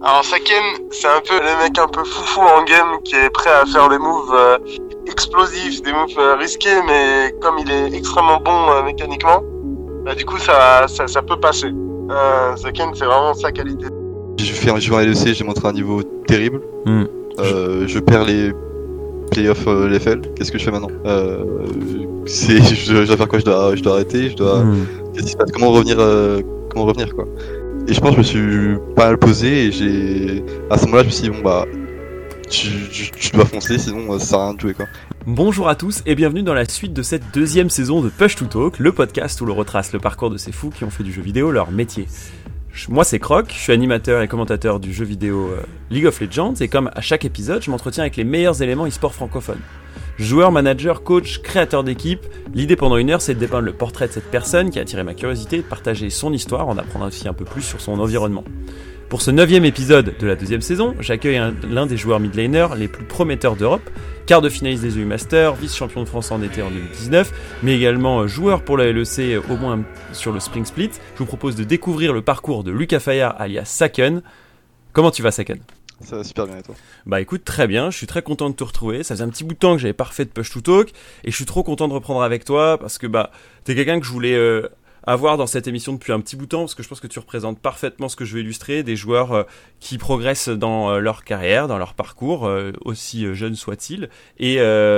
Alors Saken, c'est un peu le mec un peu foufou en game qui est prêt à faire des moves explosifs, des moves risqués, mais comme il est extrêmement bon mécaniquement, bah, du coup ça peut passer. Saken, c'est vraiment sa qualité. Je vais en LEC, j'ai montré un niveau terrible. Je perds les playoffs LFL. Qu'est-ce que je fais maintenant? Je dois faire quoi? Je dois arrêter. Qu'est-ce qui se passe? Comment revenir quoi? Et je pense que je me suis pas mal posé et à ce moment-là je me suis dit bon bah tu dois foncer sinon ça sert à rien de jouer quoi. Bonjour à tous et bienvenue dans la suite de cette deuxième saison de Push to Talk, le podcast où l'on retrace le parcours de ces fous qui ont fait du jeu vidéo leur métier. Moi c'est Croc, je suis animateur et commentateur du jeu vidéo League of Legends et comme à chaque épisode je m'entretiens avec les meilleurs éléments e-sport francophones. Joueur, manager, coach, créateur d'équipe, l'idée pendant une heure c'est de dépeindre le portrait de cette personne qui a attiré ma curiosité et de partager son histoire en apprenant aussi un peu plus sur son environnement. Pour ce 9e épisode de la deuxième saison, j'accueille l'un des joueurs mid laner les plus prometteurs d'Europe, quart de finaliste des EU Masters, vice-champion de France en été en 2019, mais également joueur pour la LEC au moins sur le Spring Split. Je vous propose de découvrir le parcours de Lucas Fayard alias Saken. Comment tu vas Saken ? Ça va super bien et toi? Bah écoute, très bien, je suis très content de te retrouver, ça faisait un petit bout de temps que j'avais pas refait de Push to Talk, et je suis trop content de reprendre avec toi, parce que bah, t'es quelqu'un que je voulais avoir dans cette émission depuis un petit bout de temps, parce que je pense que tu représentes parfaitement ce que je veux illustrer, des joueurs qui progressent dans leur carrière, dans leur parcours, aussi jeunes soient-ils, et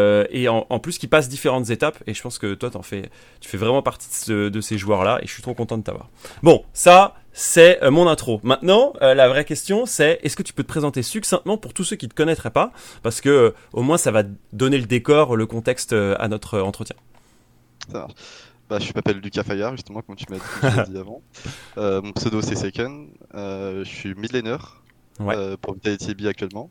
en plus qui passent différentes étapes, et je pense que toi tu fais vraiment partie de ces joueurs-là, et je suis trop content de t'avoir. Bon, ça... c'est mon intro. Maintenant, la vraie question, c'est est-ce que tu peux te présenter succinctement pour tous ceux qui ne te connaîtraient pas, parce que au moins ça va donner le décor, le contexte à notre entretien. Ça marche. Bah, je m'appelle Lucas Fayard, justement, comme tu m'as dit avant. Mon pseudo c'est Saken. Je suis mid laner pour Vitality B actuellement.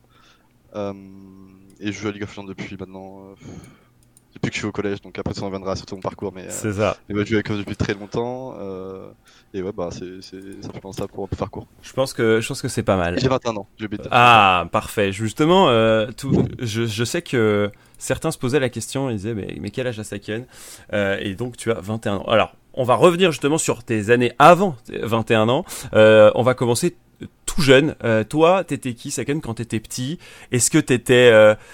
Et je joue à League of Legends depuis maintenant. Depuis que je suis au collège, donc après ça on reviendra sur tout mon parcours, mais c'est ça. Mais je joue avec eux depuis très longtemps, et ouais bah c'est simplement ça pour faire court. Je pense que c'est pas mal. J'ai 21 ans, j'ai oublié de dire. Ah parfait. Justement, je sais que certains se posaient la question, ils disaient mais quel âge a Saken et donc tu as 21 ans. Alors on va revenir justement sur tes années avant 21 ans. On va commencer tout jeune. Toi, t'étais qui, Saken, quand t'étais petit? Est-ce que t'étais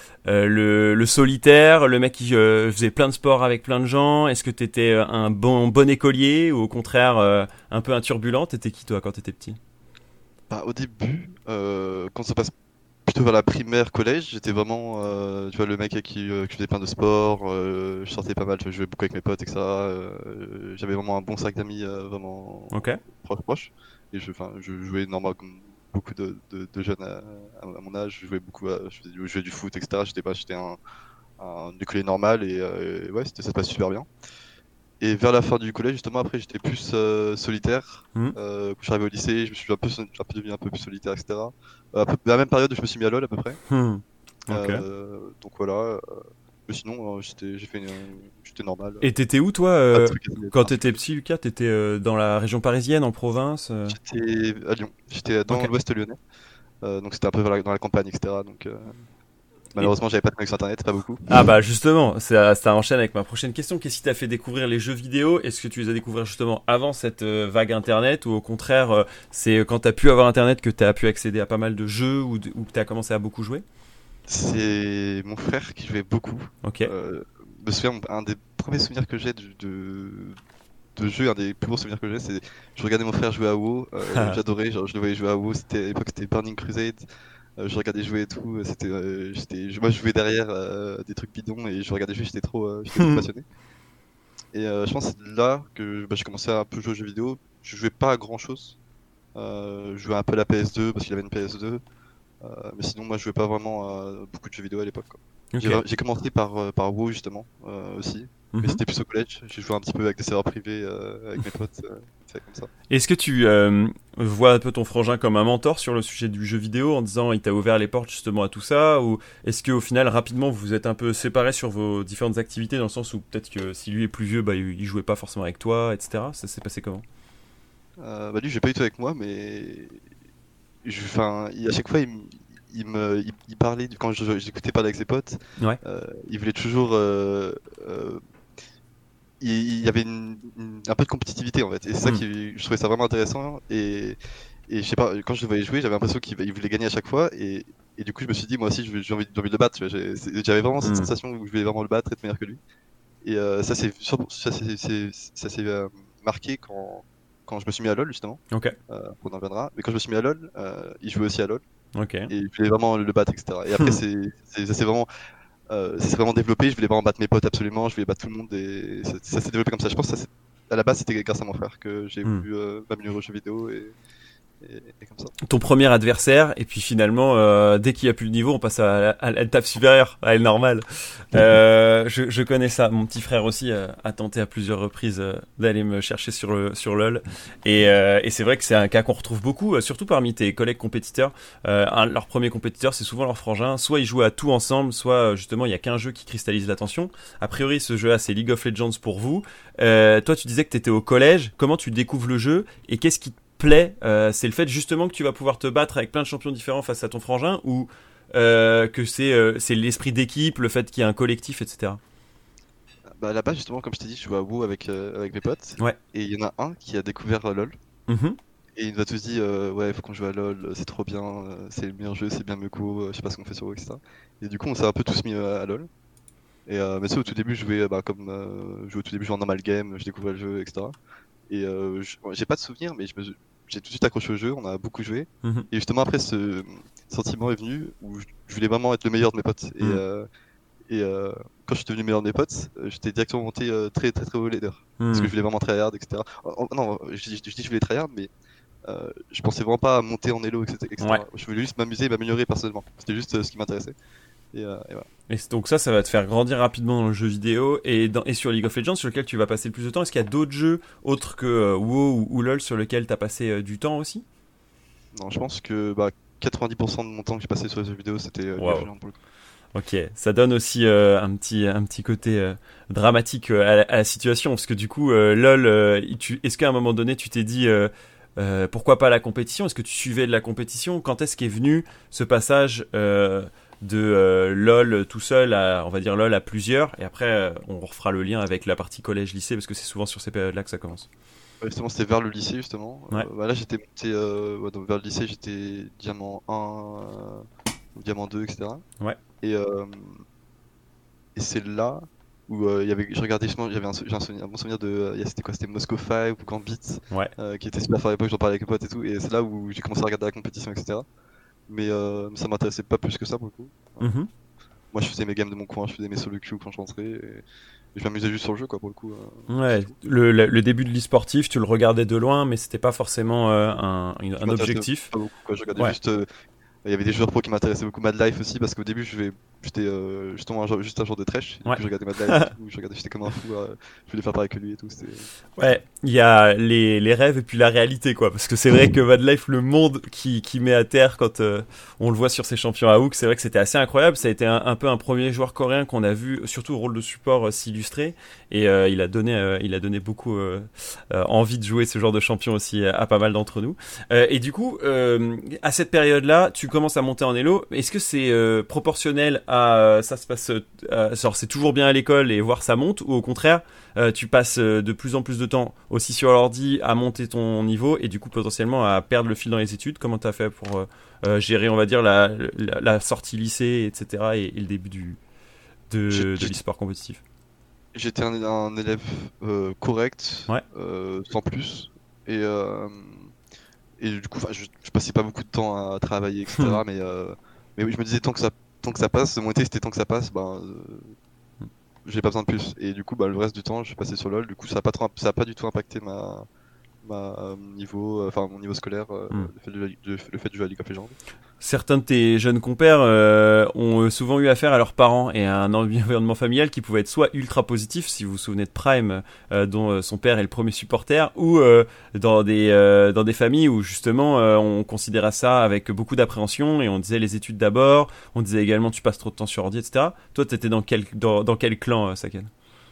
le solitaire, le mec qui faisait plein de sports avec plein de gens? Est-ce que t'étais un bon écolier ou au contraire un peu un turbulent? T'étais qui toi quand t'étais petit? Bah, au début, quand ça passe plutôt vers la primaire, collège, j'étais vraiment tu vois, le mec qui faisait plein de sports, je sortais pas mal, je jouais beaucoup avec mes potes, etc. J'avais vraiment un bon sac d'amis vraiment proche. Et je jouais normal comme beaucoup de jeunes à mon âge. Je jouais beaucoup, je jouais du foot, etc. J'étais un écolier normal et ouais, ça se passe super bien. Et vers la fin du collège, justement, après, j'étais plus solitaire. Quand je suis arrivé au lycée, je me suis un peu devenu un peu plus solitaire, etc. À la même période où je me suis mis à LoL à peu près. Donc voilà. Mais sinon, j'étais normal. Et t'étais où toi quand t'étais petit, Lucas? T'étais dans la région parisienne, en province J'étais à Lyon. J'étais dans l'ouest lyonnais. Donc c'était un peu dans la campagne, etc. Donc malheureusement, j'avais pas de connexion internet, pas beaucoup. Ah bah justement, ça enchaîne avec ma prochaine question. Qu'est-ce qui t'a fait découvrir les jeux vidéo? Est-ce que tu les as découverts justement avant cette vague internet ou au contraire, c'est quand t'as pu avoir internet que t'as pu accéder à pas mal de jeux ou que t'as commencé à beaucoup jouer? C'est mon frère qui jouait beaucoup. Ok. Je me souviens, un des premiers souvenirs que j'ai de jeu, un des plus gros souvenirs que j'ai, c'est je regardais mon frère jouer à WoW, j'adorais, genre je le voyais jouer à WoW, à l'époque c'était Burning Crusade, je regardais jouer et tout, moi je jouais derrière des trucs bidons et je regardais jouer, j'étais trop passionné. Et je pense que c'est là que j'ai commencé à un peu jouer aux jeux vidéo. Je jouais pas à grand chose, je jouais un peu à la PS2 parce qu'il avait une PS2. Mais sinon, moi, je jouais pas vraiment à beaucoup de jeux vidéo à l'époque. Okay. J'ai commencé par WoW justement aussi, mais c'était plus au collège. J'ai joué un petit peu avec des serveurs privés avec mes potes, c'est comme ça. Est-ce que tu vois un peu ton frangin comme un mentor sur le sujet du jeu vidéo en disant il t'a ouvert les portes justement à tout ça, ou est-ce qu'au final rapidement vous vous êtes un peu séparés sur vos différentes activités dans le sens où peut-être que si lui est plus vieux, bah il jouait pas forcément avec toi, etc. Ça s'est passé comment? Bah lui, j'ai pas eu tout avec moi, mais à chaque fois, il parlait, quand j'écoutais parler avec ses potes, il voulait toujours. Il y avait un peu de compétitivité en fait, et c'est ça je trouvais ça vraiment intéressant. Et je sais pas, quand je le voyais jouer, j'avais l'impression qu'il voulait gagner à chaque fois. Et du coup, je me suis dit, moi aussi, j'ai envie de le battre. Tu vois, j'avais vraiment cette sensation où je voulais vraiment le battre, être meilleur que lui. Et ça s'est marqué quand je me suis mis à LoL, justement. Ok. On en reviendra. Mais quand je me suis mis à LoL, il jouait aussi à LoL. Ok. Et je voulais vraiment le battre, etc. Et après, ça s'est vraiment développé. Je voulais vraiment battre mes potes absolument. Je voulais battre tout le monde. Et ça s'est développé comme ça. Je pense que à la base, c'était grâce à mon frère que j'ai voulu m'améliorer aux jeux vidéo. Et comme ça. Ton premier adversaire, et puis finalement, dès qu'il n'y a plus de niveau, on passe à l'étape supérieure, à elle normale. Je connais ça. Mon petit frère aussi a tenté à plusieurs reprises d'aller me chercher sur LoL. Et c'est vrai que c'est un cas qu'on retrouve beaucoup, surtout parmi tes collègues compétiteurs. Leur premier compétiteur, c'est souvent leur frangin. Soit ils jouent à tout ensemble, soit justement il y a qu'un jeu qui cristallise l'attention. A priori, ce jeu-là, c'est League of Legends pour vous. Toi, tu disais que tu étais au collège. Comment tu découvres le jeu et qu'est-ce qui plaît, c'est le fait justement que tu vas pouvoir te battre avec plein de champions différents face à ton frangin, ou que c'est l'esprit d'équipe, le fait qu'il y a un collectif, etc. Bah là-bas, justement, comme je t'ai dit, je joue à WoW avec mes potes. Ouais. Et il y en a un qui a découvert LoL. Mm-hmm. Et il nous a tous dit ouais, faut qu'on joue à LoL, c'est trop bien, c'est le meilleur jeu, c'est bien Meco, je sais pas ce qu'on fait sur WoW, etc. Et du coup, on s'est un peu tous mis à LoL. Et mais ça, au tout début, je jouais au tout début, jouais en normal game, je découvrais le jeu, etc. Et j'ai pas de souvenir, mais j'ai tout de suite accroché au jeu, on a beaucoup joué. Mm-hmm. Et justement, après, ce sentiment est venu où je voulais vraiment être le meilleur de mes potes. Et quand je suis devenu le meilleur de mes potes, j'étais directement monté très très très haut leader. Parce que je voulais vraiment tryhard, etc. Non, je dis que je voulais tryhard, mais je pensais vraiment pas à monter en elo, etc. Ouais. Je voulais juste m'amuser et m'améliorer personnellement. C'était juste ce qui m'intéressait. Et voilà. Et donc ça va te faire grandir rapidement dans le jeu vidéo et sur League of Legends, sur lequel tu vas passer le plus de temps. Est-ce qu'il y a d'autres jeux autres que WoW ou LoL sur lesquels tu as passé du temps aussi? Non, je pense que 90% de mon temps que j'ai passé sur les jeux vidéo, c'était League of Legends pour le coup. Ok, ça donne aussi un petit côté dramatique à la situation, parce que du coup, LoL, est-ce qu'à un moment donné, tu t'es dit pourquoi pas la compétition? Est-ce que tu suivais de la compétition? Quand est-ce qu'est venu ce passage de LoL tout seul à, on va dire LoL à plusieurs, et après on refera le lien avec la partie collège-lycée, parce que c'est souvent sur ces périodes-là que ça commence. Justement, c'était vers le lycée, justement. Ouais. Là, j'étais monté donc vers le lycée, j'étais diamant 1, diamant 2, etc. Ouais. Et c'est là où je regardais justement, j'ai un bon souvenir de, c'était quoi, c'était Moscow 5 ou Gambit, Ouais. qui était super fort à l'époque, j'en parlais avec mes potes et tout, et c'est là où j'ai commencé à regarder la compétition, etc. Mais ça m'intéressait pas plus que ça pour le coup. Mm-hmm. Moi, je faisais mes games de mon coin, je faisais mes solo queues quand je rentrais, et je m'amusais juste sur le jeu, quoi, pour le coup. Ouais, le début de l'e-sportif, tu le regardais de loin, mais c'était pas forcément un objectif. Pas beaucoup, quoi. Je regardais Ouais. juste. Il y avait des joueurs pro qui m'intéressaient beaucoup, Mad Life aussi, parce qu'au début j'étais justement juste un joueur de trash. Et Ouais. du coup, je regardais Mad Life, et tout, j'étais comme un fou, je voulais faire pareil que lui et tout. Ouais, il y a les rêves et puis la réalité, quoi. Parce que c'est vrai que Mad Life, le monde qui met à terre quand on le voit sur ses champions à Hook, c'est vrai que c'était assez incroyable. Ça a été un peu un premier joueur coréen qu'on a vu, surtout au rôle de support, s'illustrer. Et il a donné beaucoup envie de jouer ce genre de champion aussi à pas mal d'entre nous. Et du coup, à cette période-là, tu commences à monter en Elo. Est-ce que c'est proportionnel à ça se passe genre c'est toujours bien à l'école et voir ça monte, ou au contraire tu passes de plus en plus de temps aussi sur l'ordi à monter ton niveau et du coup potentiellement à perdre le fil dans les études? Comment t'as fait pour gérer, on va dire, la sortie lycée, etc. et le début de l'e-sport compétitif? J'étais un élève correct, Ouais. sans plus. Et du coup, je passais pas beaucoup de temps à travailler, etc. Mais oui, je me disais tant que ça passe, mon été c'était tant que ça passe, j'ai pas besoin de plus. Et du coup, le reste du temps, je suis passé sur LoL. Du coup, ça a pas du tout impacté mon niveau scolaire, le fait de jouer à League of Legends. Certains de tes jeunes compères ont souvent eu affaire à leurs parents et à un environnement familial qui pouvait être soit ultra positif, si vous vous souvenez de Prime, dont son père est le premier supporter, ou dans des familles où justement on considérait ça avec beaucoup d'appréhension et on disait les études d'abord, on disait également tu passes trop de temps sur ordi, etc. Toi, t'étais dans quel clan, Saken?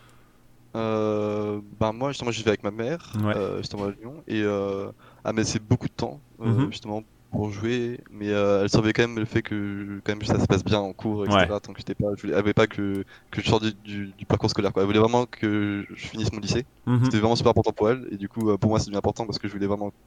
Moi justement, j'y vais avec ma mère, Ouais. justement à Lyon, et elle me laissait beaucoup de temps, Mhm. justement pour jouer, mais elle surveillait quand même le fait que quand même ça se passe bien en cours, etc. Ouais. Tant que elle voulait pas que je sorte du parcours scolaire, quoi. Elle voulait vraiment que je finisse mon lycée. Mhm. C'était vraiment super important pour elle, et du coup pour moi c'est bien important parce que je voulais vraiment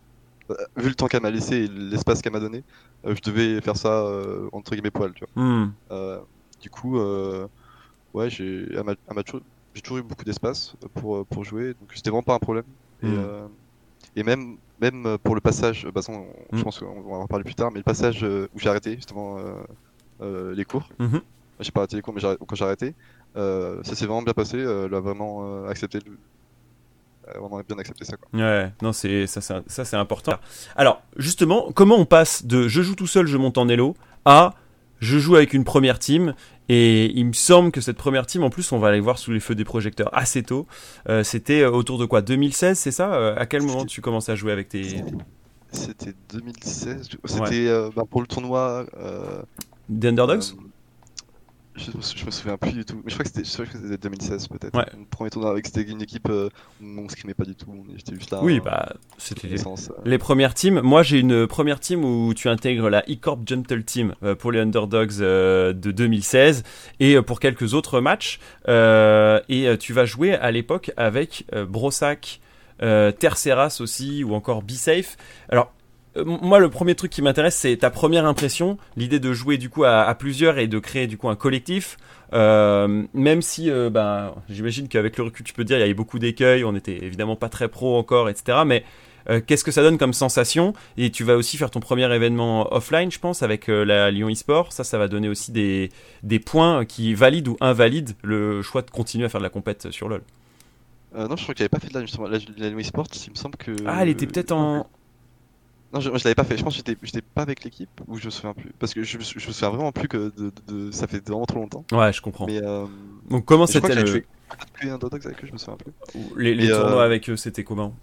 vu le temps qu'elle m'a laissé et l'espace qu'elle m'a donné, je devais faire ça entre guillemets poil, tu vois. Du coup, ouais, j'ai toujours eu beaucoup d'espace pour jouer, donc c'était vraiment pas un problème. Et même pour le passage, bah, je pense qu'on va en parler plus tard, mais le passage où j'ai arrêté justement les cours, j'ai pas arrêté les cours, mais quand j'ai arrêté, ça s'est vraiment bien passé. Elle a vraiment accepté, vraiment bien accepté ça, quoi. Ouais, non, c'est important. Alors, justement, comment on passe de je joue tout seul, je monte en Elo à je joue avec une première team, et il me semble que cette première team, en plus, on va aller voir sous les feux des projecteurs assez tôt. C'était autour de quoi, 2016, c'est ça? À quel moment tu commences à jouer avec tes... C'était 2016. Ouais. C'était pour le tournoi. Des Underdogs? Je me souviens plus du tout. Mais je crois que c'était 2016 peut-être. Ouais. Mon premier tournoi avec c'était une équipe où on scrimait pas du tout. J'étais juste là. Oui, bah, c'était connaissance, les premières teams. Moi, j'ai une première team où tu intègres la E-Corp Gentle Team pour les Underdogs de 2016 et pour quelques autres matchs. Et tu vas jouer à l'époque avec Brossac, Terceras aussi, ou encore B-Safe. Alors, moi, le premier truc qui m'intéresse, c'est ta première impression, l'idée de jouer du coup à plusieurs et de créer du coup un collectif. Même si, j'imagine qu'avec le recul, tu peux dire, il y avait beaucoup d'écueils, on n'était évidemment pas très pro encore, etc. Mais qu'est-ce que ça donne comme sensation? Et tu vas aussi faire ton premier événement offline, je pense, avec la Lyon eSport. Ça va donner aussi des points qui valident ou invalident le choix de continuer à faire de la compète sur LoL. non, je crois que j'avais pas fait de la justement la Lyon eSport. Il me semble que. Ah, elle était peut-être en... Non, je l'avais pas fait. Je pense que j'étais pas avec l'équipe ou je me souviens plus. Parce que je me souviens vraiment plus que ça fait vraiment trop longtemps. Ouais, je comprends. Mais donc comment je crois c'était que j'avais le... joué peut-être plus Underdogs avec eux, je me souviens plus. Les tournois avec eux, c'était comment?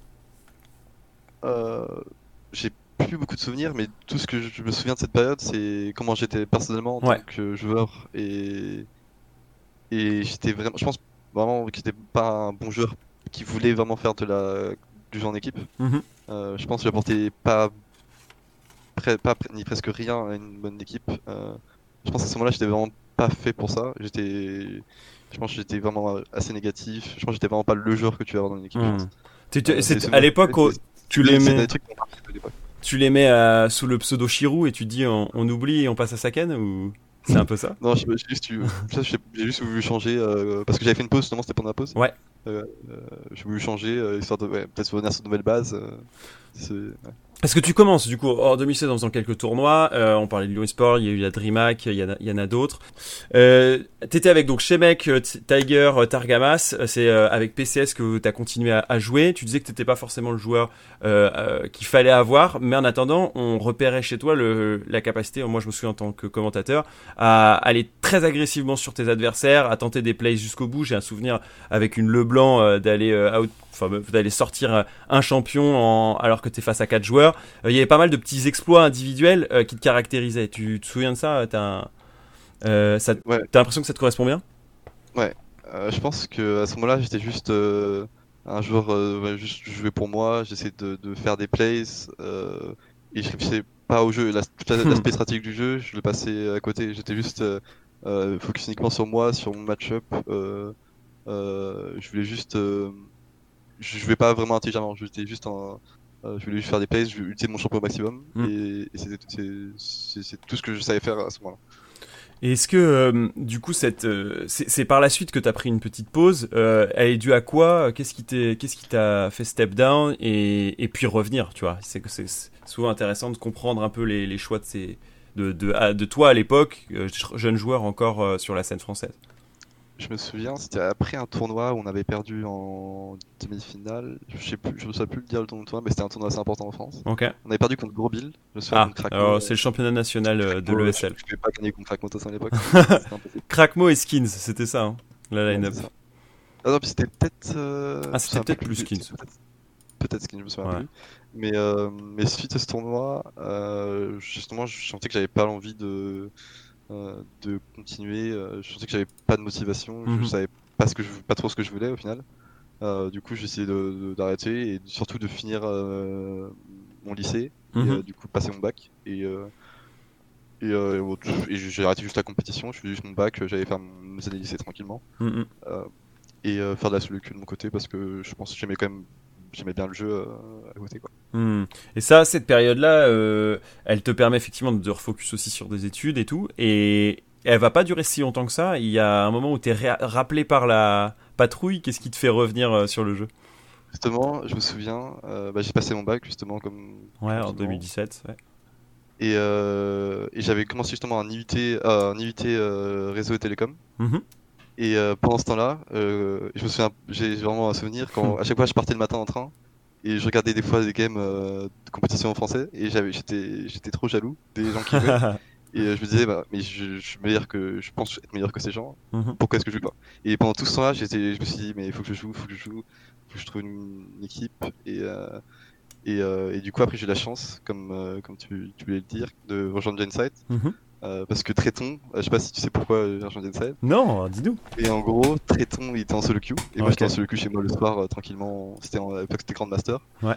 J'ai plus beaucoup de souvenirs, mais tout ce que je me souviens de cette période, c'est comment j'étais personnellement en Ouais. tant que joueur et j'étais vraiment, je pense vraiment que j'étais pas un bon joueur qui voulait vraiment faire du jeu en équipe. Je pense que j'apportais pas ni presque rien à une bonne équipe. Je pense qu'à ce moment-là, j'étais vraiment pas fait pour ça. Je pense que j'étais vraiment assez négatif. Je pense que j'étais vraiment pas le joueur que tu vas avoir dans une équipe. À l'époque, tu les mets. C'est des trucs qu'on a fait à l'époque. Tu les mets sous le pseudo Chirou et tu te dis on oublie et on passe à Saken, ou c'est un peu ça? Non, j'ai juste voulu changer parce que j'avais fait une pause, justement, c'était pendant la pause. Ouais. J'ai voulu changer histoire de peut-être revenir sur de nouvelles bases. Ouais. Parce que tu commences du coup en 2016 en faisant quelques tournois, on parlait de Lyon eSport, il y a eu la DreamHack, il y en a d'autres. T'étais avec donc Shemek, Tiger, Targamas, c'est avec PCS que t'as continué à jouer. Tu disais que t'étais pas forcément le joueur qu'il fallait avoir, mais en attendant, on repérait chez toi la capacité, moi je me souviens en tant que commentateur, à aller très agressivement sur tes adversaires, à tenter des plays jusqu'au bout. J'ai un souvenir avec une Leblanc d'aller sortir un champion alors que t'es face à 4 joueurs. Il y avait pas mal de petits exploits individuels qui te caractérisaient. Tu te souviens de ça? Ouais. T'as l'impression que ça te correspond bien? Ouais. Je pense que à ce moment-là, j'étais juste un joueur, juste jouer pour moi. J'essayais de faire des plays et je réfléchissais pas au jeu. Tout l'aspect stratégique du jeu, je le passais à côté. J'étais juste focus uniquement sur moi, sur mon match-up. Je voulais juste, je jouais pas vraiment intelligemment. J'étais juste je voulais juste faire des plays, je voulais utiliser mon champion au maximum et c'est tout ce que je savais faire à ce moment-là. Et est-ce que du coup c'est par la suite que t'as pris une petite pause, elle est due à quoi? Qu'est-ce qui t'a fait step down et puis revenir, tu vois? C'est souvent intéressant de comprendre un peu les choix de toi à l'époque, jeune joueur encore sur la scène française. Je me souviens, c'était après un tournoi où on avait perdu en demi-finale. Je me souviens plus le dire le tournoi, mais c'était un tournoi assez important en France. Okay. On avait perdu contre Gourbil. Je me souviens contre Krakmo. Alors c'est le championnat national de l'ESL. Je ne pouvais pas gagner contre Krakmo à l'époque. Krakmo et Skins, c'était ça, hein, la line-up. Ah non, c'était peut-être. C'était peut-être plus Skins. Peut-être Skins, je me souviens plus. Mais suite à ce tournoi, justement, je sentais que j'avais pas l'envie de continuer. Je sentais que j'avais pas de motivation. Je savais pas trop ce que je voulais au final. Du coup, j'ai essayé d'arrêter et surtout de finir mon lycée et du coup passer mon bac. Et j'ai arrêté juste la compétition. Je faisais juste mon bac. J'allais faire mes années lycée tranquillement et faire de la solo queue de mon côté parce que je pense que j'aimais bien le jeu à côté, quoi. Et ça, cette période-là, elle te permet effectivement de refocus aussi sur des études et tout. Et elle va pas durer si longtemps que ça. Il y a un moment où t'es rappelé par la patrouille. Qu'est-ce qui te fait revenir sur le jeu? Justement, je me souviens, j'ai passé mon bac justement Ouais, en justement. 2017. Ouais. Et j'avais commencé justement un IUT réseau et télécom. Mhm. Et pendant ce temps-là, je me souviens, j'ai vraiment un souvenir quand à chaque fois je partais le matin en train et je regardais des fois des games de compétition en français et j'étais trop jaloux des gens qui jouaient. Et je me disais, bah, mais je suis meilleur je pense être meilleur que ces gens. Mhm. Pourquoi est-ce que je joue pas? Et pendant tout ce temps-là, je me suis dit, mais il faut que je joue, faut que je trouve une équipe. Et du coup, après, j'ai eu la chance, comme tu voulais le dire, de rejoindre Genside. Mhm. Parce que Tréton, je sais pas si tu sais pourquoi j'ai rejoint Genside. Non, dis-nous. Et en gros, Tréton, il était en solo queue. Et moi, Ok. j'étais en solo queue chez moi le soir, tranquillement. À l'époque, c'était Grandmaster. Ouais.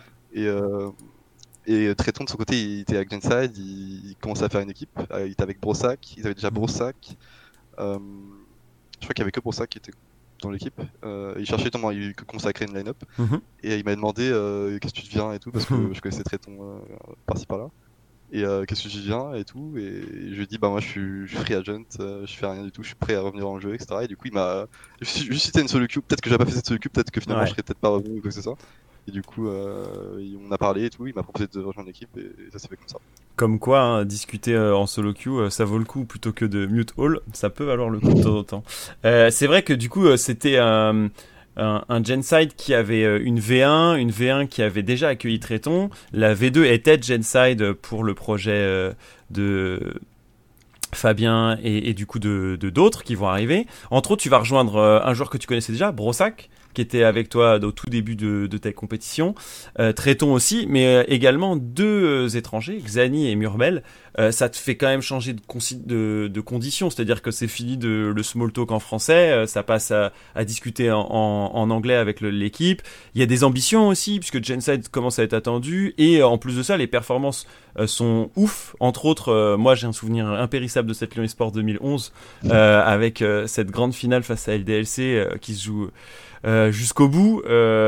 Et Tréton, de son côté, il était avec Genside. Il commençait à faire une équipe. Il était avec Brossac. Ils avaient déjà Brossac. Je crois qu'il y avait que Brossac qui était dans l'équipe. Il cherchait notamment, il commençait à créer une line-up. Mhm. Et il m'a demandé qu'est-ce que tu deviens et tout, parce que je connaissais Tréton par-ci par-là. Et qu'est-ce que je deviens et tout. Et je lui ai dit, bah moi je suis free agent, je fais rien du tout, je suis prêt à revenir dans le jeu, etc. Et du coup, juste cité une solo queue, peut-être que j'aurais pas fait cette solo queue, peut-être que finalement Ouais. je serais peut-être pas revenu ou quoi que ce soit. Et du coup, on a parlé et tout, il m'a proposé de rejoindre l'équipe et ça s'est fait comme ça. Comme quoi, hein, discuter en solo queue, ça vaut le coup plutôt que de mute all. Ça peut valoir le coup de temps en temps. C'est vrai que du coup, c'était un Genside qui avait une V1 qui avait déjà accueilli Tréton. La V2 était Genside pour le projet de Fabien et du coup de d'autres qui vont arriver. Entre autres, tu vas rejoindre un joueur que tu connaissais déjà, Brossac, qui était avec toi au tout début de ta compétition. Tréton aussi, mais également deux étrangers, Xani et Murmel. Ça te fait quand même changer de conditions, c'est-à-dire que c'est fini le small talk en français, ça passe à discuter en anglais avec l'équipe. Il y a des ambitions aussi, puisque Genside commence à être attendu, et en plus de ça, les performances sont ouf. Entre autres, moi j'ai un souvenir impérissable de cette Lyon Esport 2011, avec cette grande finale face à LDLC qui se joue jusqu'au bout.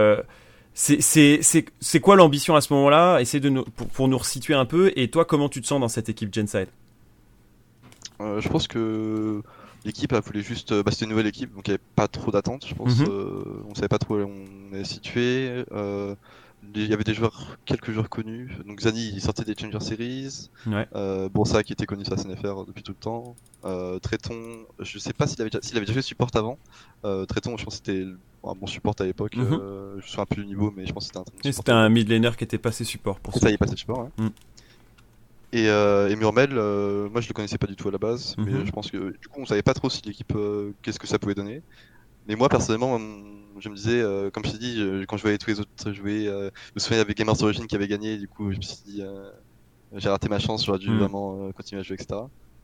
C'est quoi l'ambition à ce moment-là? Essaye pour nous resituer un peu. Et toi, comment tu te sens dans cette équipe Genside? Je pense que l'équipe elle voulait juste, c'était une nouvelle équipe, donc il n'y avait pas trop d'attente, je pense. On savait pas trop où on est situé. Il y avait quelques joueurs connus. Donc Zani, il sortait des Challenger Series. Ouais. Boursa qui était connu sur la SNFR depuis tout le temps. Tréton, je sais pas s'il avait déjà fait support avant. Tréton, je pense que c'était un bon support à l'époque. Je suis un peu du niveau, mais je pense que c'était un très bon support. C'était un mid laner qui était passé support pour ça. Il est passé support, ouais. Et Murmel, moi je le connaissais pas du tout à la base, mais je pense que du coup on savait pas trop si l'équipe, qu'est-ce que ça pouvait donner. Mais moi personnellement, je me disais, comme je t'ai dit, quand je voyais tous les autres jouer, je me souviens il y avait Gamers Origin qui avait gagné, du coup je me suis dit, j'ai raté ma chance, j'aurais dû vraiment continuer à jouer, etc.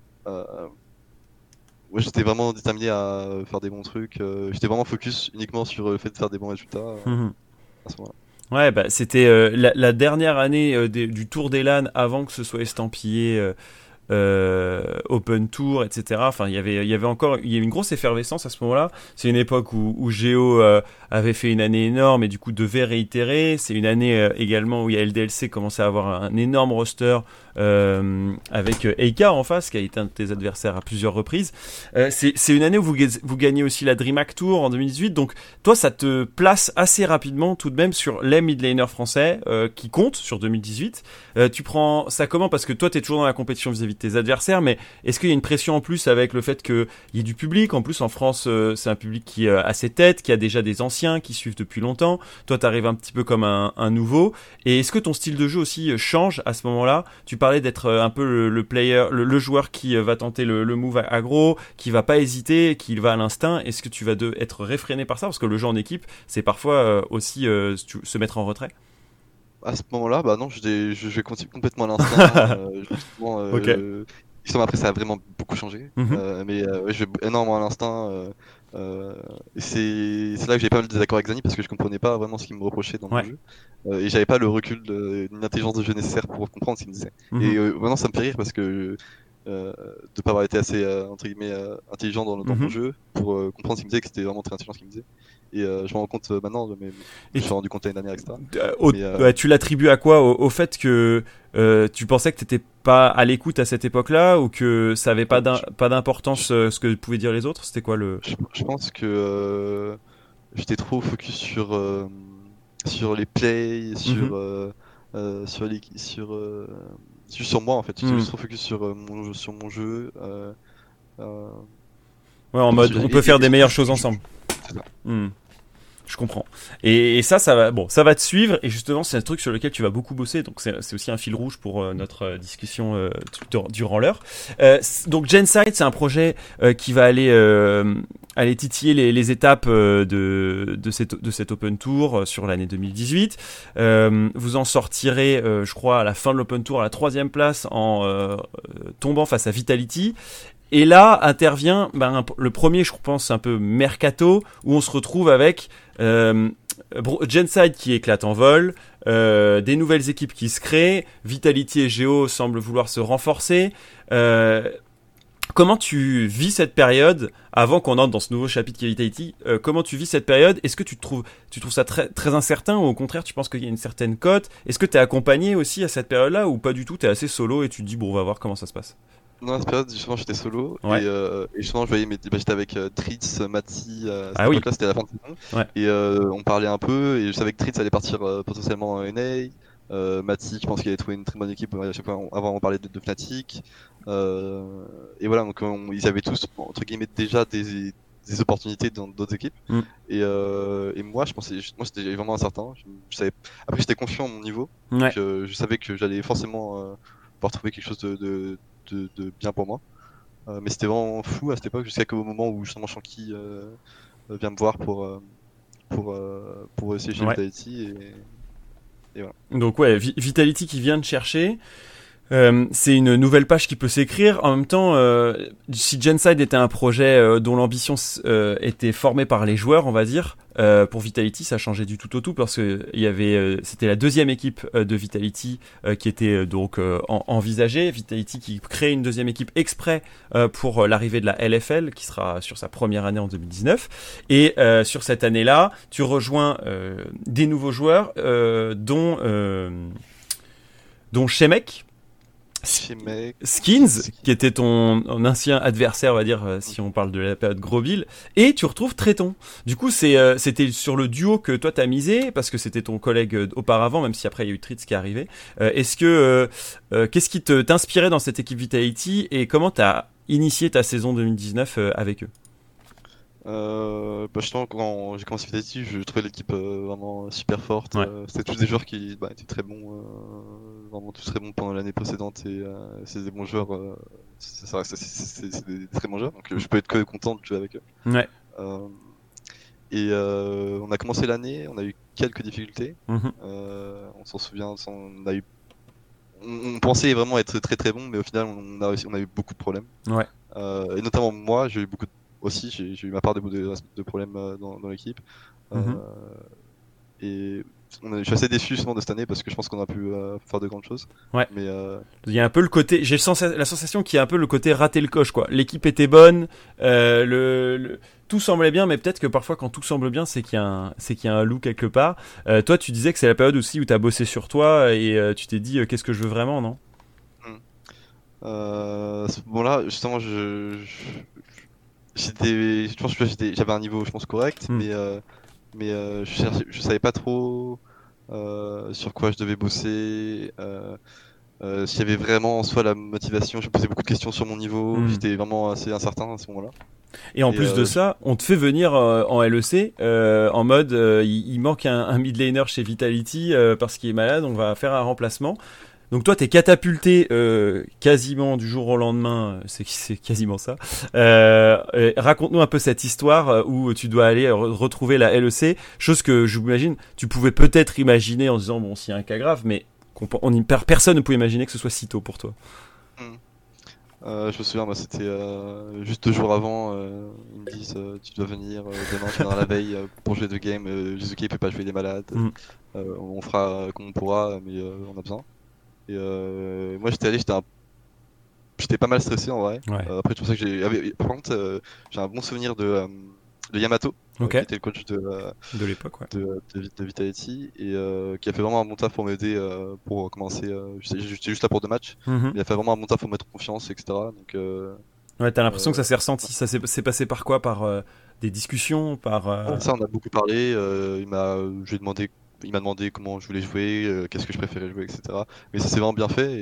Ouais, j'étais vraiment déterminé à faire des bons trucs, j'étais vraiment focus uniquement sur le fait de faire des bons résultats à ce moment-là. Ouais, bah c'était la dernière année du Tour des LAN avant que ce soit estampillé Open Tour, etc. Enfin, il y avait une grosse effervescence à ce moment-là. C'est une époque où Géo avait fait une année énorme et du coup devait réitérer. C'est une année également où il y a LDLC commençait à avoir un énorme roster avec Eika en face, qui a été un de tes adversaires à plusieurs reprises. C'est une année où vous gagnez aussi la DreamHack Tour en 2018. Donc toi, ça te place assez rapidement tout de même sur les mid laners français qui comptent sur 2018. Tu prends ça comment? Parce que toi, t'es toujours dans la compétition vis-à-vis de tes adversaires, mais est-ce qu'il y a une pression en plus avec le fait qu'il y ait du public? En plus, en France, c'est un public qui a ses têtes, qui a déjà des anciens, qui suivent depuis longtemps. Toi, t'arrives un petit peu comme un nouveau. Et est-ce que ton style de jeu aussi change à ce moment-là? Tu parlais d'être un peu le player, le joueur qui va tenter le move aggro, qui va pas hésiter, qui va à l'instinct. Est-ce que tu vas être réfréné par ça? Parce que le jeu en équipe, c'est parfois aussi se mettre en retrait. À ce moment-là, bah non, je vais continuer complètement à l'instinct. Ok. Justement, après, ça a vraiment beaucoup changé. Mais je vais énormément à l'instinct. Et c'est là que j'ai pas mal de désaccords avec Zani parce que je comprenais pas vraiment ce qu'il me reprochait dans mon jeu. Et j'avais pas le recul d'une intelligence de jeu nécessaire pour comprendre ce qu'il me disait. Et maintenant, ça me fait rire parce que de pas avoir été assez entre guillemets intelligent dans mon jeu pour comprendre ce qu'il me disait, que c'était vraiment très intelligent ce qu'il me disait. Et je m'en rends compte maintenant, mais je me suis rendu compte l'année dernière, etc. Ouais, tu l'attribues à quoi, au fait que tu pensais que t'étais pas à l'écoute à cette époque-là, ou que ça avait pas d'importance ce que pouvaient dire les autres? C'était quoi le... Je pense que j'étais trop focus sur les plays, juste sur moi en fait. J'étais juste trop focus sur mon jeu. Ouais, en mode on peut faire des meilleures choses ensemble. C'est ça. Je comprends. Et ça va, bon, ça va te suivre. Et justement, c'est un truc sur lequel tu vas beaucoup bosser. Donc, c'est aussi un fil rouge pour notre discussion durant l'heure. Donc, Genside, c'est un projet qui va aller titiller les étapes de cet Open Tour sur l'année 2018. Vous en sortirez, je crois, à la fin de l'Open Tour à la 3e place en tombant face à Vitality. Et là intervient le premier, je pense, un peu mercato, où on se retrouve avec Genside qui éclate en vol, des nouvelles équipes qui se créent, Vitality et Geo semblent vouloir se renforcer. Comment tu vis cette période, avant qu'on entre dans ce nouveau chapitre qui est Vitality, comment tu vis cette période? Est-ce que tu trouves ça très, très incertain, ou au contraire tu penses qu'il y a une certaine cote? Est-ce que tu es accompagné aussi à cette période-là, ou pas du tout, tu es assez solo et tu te dis bon, on va voir comment ça se passe? Non, à cette période, justement, j'étais solo. Ouais. Et justement, je voyais j'étais avec Tritz, Mati. Ah oui. Là, c'était la fin de saison. Ouais. Et on parlait un peu. Et je savais que Tritz allait partir potentiellement en NA. Mati, je pense qu'il avait trouvé une très bonne équipe. À chaque fois, avant, on parlait de Fnatic. Et voilà, donc ils avaient tous, entre guillemets, déjà des opportunités dans d'autres équipes. Et moi, c'était vraiment incertain. Je savais... Après, j'étais confiant à mon niveau. Ouais. Donc, je savais que j'allais forcément pouvoir trouver quelque chose de bien pour moi. Mais c'était vraiment fou à cette époque, jusqu'à qu'au moment où justement Shanky vient me voir pour essayer chez Vitality. Et voilà. Donc ouais, Vitality qui vient de chercher. C'est une nouvelle page qui peut s'écrire. En même temps, si Genside était un projet dont l'ambition était formée par les joueurs, on va dire, pour Vitality, ça changeait du tout au tout, parce que c'était la 2e équipe de Vitality qui était donc envisagée. Vitality qui crée une 2e équipe exprès pour l'arrivée de la LFL, qui sera sur sa première année en 2019. Et sur cette année-là, tu rejoins des nouveaux joueurs, dont Shemek, Skins, qui était ton ancien adversaire, on va dire, si on parle de la période Groville, et tu retrouves Tréton. Du coup, c'était sur le duo que toi t'as misé, parce que c'était ton collègue auparavant, même si après il y a eu Tritz qui est arrivé. Qu'est-ce qui t'inspirait dans cette équipe Vitality, et comment t'as initié ta saison 2019 avec eux? Justement, quand j'ai commencé Vitality, je trouvais l'équipe vraiment super forte. Ouais. C'était tous des joueurs qui étaient très bons, vraiment tous très bons pendant l'année précédente, et c'est des bons joueurs. C'est des très bons joueurs, donc je peux être que content de jouer avec eux. Ouais. On a commencé l'année, on a eu quelques difficultés. On s'en souvient, on pensait vraiment être très très bon, mais au final on a eu beaucoup de problèmes. Ouais. Et notamment moi, j'ai eu j'ai eu ma part de problèmes dans l'équipe. Et je suis assez déçu justement de cette année, parce que je pense qu'on a pu faire de grandes choses. Ouais. Mais il y a un peu le côté, j'ai la sensation qu'il y a un peu le côté rater le coche, quoi. L'équipe était bonne, tout semblait bien, mais peut-être que parfois quand tout semble bien, c'est qu'il y a un loup quelque part. Toi, tu disais que c'est la période aussi où tu as bossé sur toi, et tu t'es dit qu'est-ce que je veux vraiment, non? À ce moment-là, justement, je pense que j'avais un niveau, je pense, correct, mais je savais pas trop sur quoi je devais bosser, s'il y avait vraiment en soi la motivation. Je me posais beaucoup de questions sur mon niveau, j'étais vraiment assez incertain à ce moment-là. Et en plus de ça, on te fait venir en LEC en mode il manque un mid laner chez Vitality parce qu'il est malade, on va faire un remplacement. Donc toi, t'es catapulté quasiment du jour au lendemain, c'est quasiment ça. Raconte-nous un peu cette histoire où tu dois aller retrouver la LEC, chose que je m'imagine, tu pouvais peut-être imaginer en disant bon, s'il y a un cas grave, mais personne ne pouvait imaginer que ce soit si tôt pour toi. Je me souviens, c'était juste 2 jours avant, ils me disent tu dois venir demain, tu viendras la veille pour jouer 2 games, Jizuke peut pas jouer, il est malade, on fera comme on pourra, mais on a besoin. Et moi j'étais j'étais pas mal stressé en vrai. Ouais. Après, c'est pour ça que par contre, j'ai un bon souvenir de Yamato, Ok. qui était le coach De l'époque, ouais. de Vitality et qui a fait vraiment un bon taf pour m'aider pour commencer. J'étais juste là pour 2 matchs. Mhm. Il a fait vraiment un bon taf pour me mettre en confiance, etc. Donc, Ouais, t'as l'impression que ça s'est ressenti. Ça s'est passé par quoi? Par des discussions? Par. ça, on a beaucoup parlé. Il m'a demandé comment je voulais jouer, qu'est-ce que je préférais jouer, etc. Mais ça s'est vraiment bien fait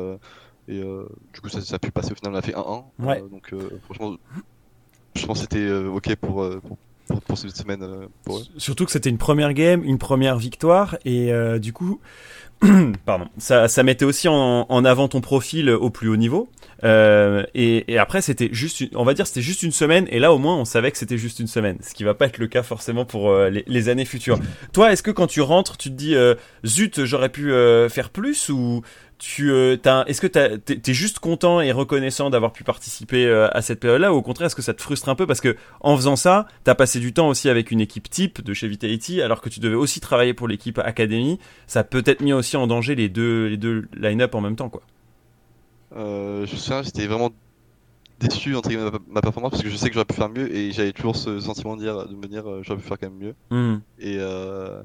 du coup, ça a pu passer. Au final, on a fait 1-1. Ouais. Donc, franchement, je pense que c'était ok pour cette semaine pour eux. Surtout que c'était une première game, une première victoire, et du coup, pardon, ça mettait aussi en avant ton profil au plus haut niveau. Et après, c'était juste, on va dire, c'était juste une semaine, et là au moins, on savait que c'était juste une semaine, ce qui va pas être le cas forcément pour les années futures. Toi, est-ce que quand tu rentres, tu te dis, zut, j'aurais pu faire plus, ou est-ce que t'es juste content et reconnaissant d'avoir pu participer à cette période-là, ou au contraire, est-ce que ça te frustre un peu parce que en faisant ça, t'as passé du temps aussi avec une équipe type de chez Vitality, alors que tu devais aussi travailler pour l'équipe Academy, ça a peut-être mis aussi en danger les deux line-up en même temps, quoi. Je me souviens, j'étais vraiment déçu entre guillemets, de ma performance parce que je sais que j'aurais pu faire mieux et j'avais toujours ce sentiment de me dire j'aurais pu faire quand même mieux. Mm. Et, euh,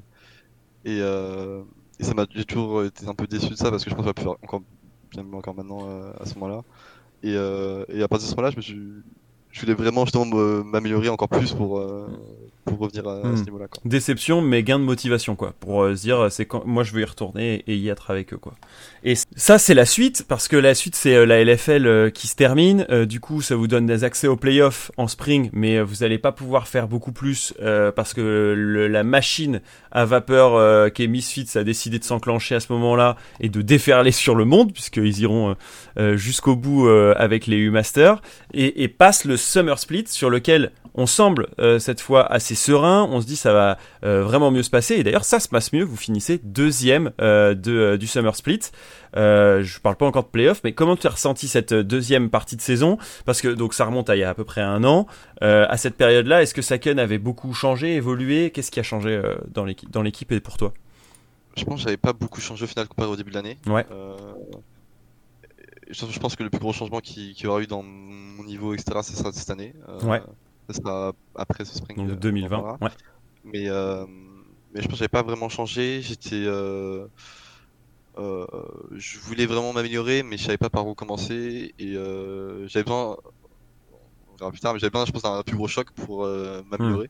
et ça j'ai toujours été un peu déçu de ça parce que je pense que j'aurais pu faire encore bien mieux encore maintenant à ce moment-là. Et à partir de ce moment-là, je voulais vraiment justement m'améliorer encore plus pour revenir à ce niveau-là, quoi. Déception, mais gain de motivation, quoi, pour se dire c'est quand moi je veux y retourner et y être avec eux, quoi. Et ça, c'est la suite, parce que la suite c'est la LFL qui se termine. Du coup, ça vous donne des accès aux playoffs en spring, mais vous allez pas pouvoir faire beaucoup plus parce que la machine à vapeur qui est Misfits a décidé de s'enclencher à ce moment-là et de déferler sur le monde, puisqu'ils iront jusqu'au bout avec les U-Masters, et passe le Summer Split sur lequel on semble cette fois assez serein, on se dit ça va vraiment mieux se passer, et d'ailleurs ça se passe mieux, vous finissez deuxième du Summer Split. Je parle pas encore de playoff, mais comment tu as ressenti cette deuxième partie de saison? Parce que donc ça remonte à il y a peu près 1 an. À cette période-là, est-ce que Saken avait beaucoup changé, évolué? Qu'est-ce qui a changé dans l'équipe et pour toi? Je pense que j'avais pas beaucoup changé au final comparé au début de l'année. Ouais. Je pense que le plus gros changement qu'il y aura eu dans mon niveau, etc., ce sera cette année. Ouais. Ça sera après ce spring. Donc 2020. Ouais. Mais je pense que j'avais pas vraiment changé. Je voulais vraiment m'améliorer, mais je savais pas par où commencer. Et j'avais besoin, on verra plus tard, mais j'avais besoin, je pense, d'un plus gros choc pour m'améliorer.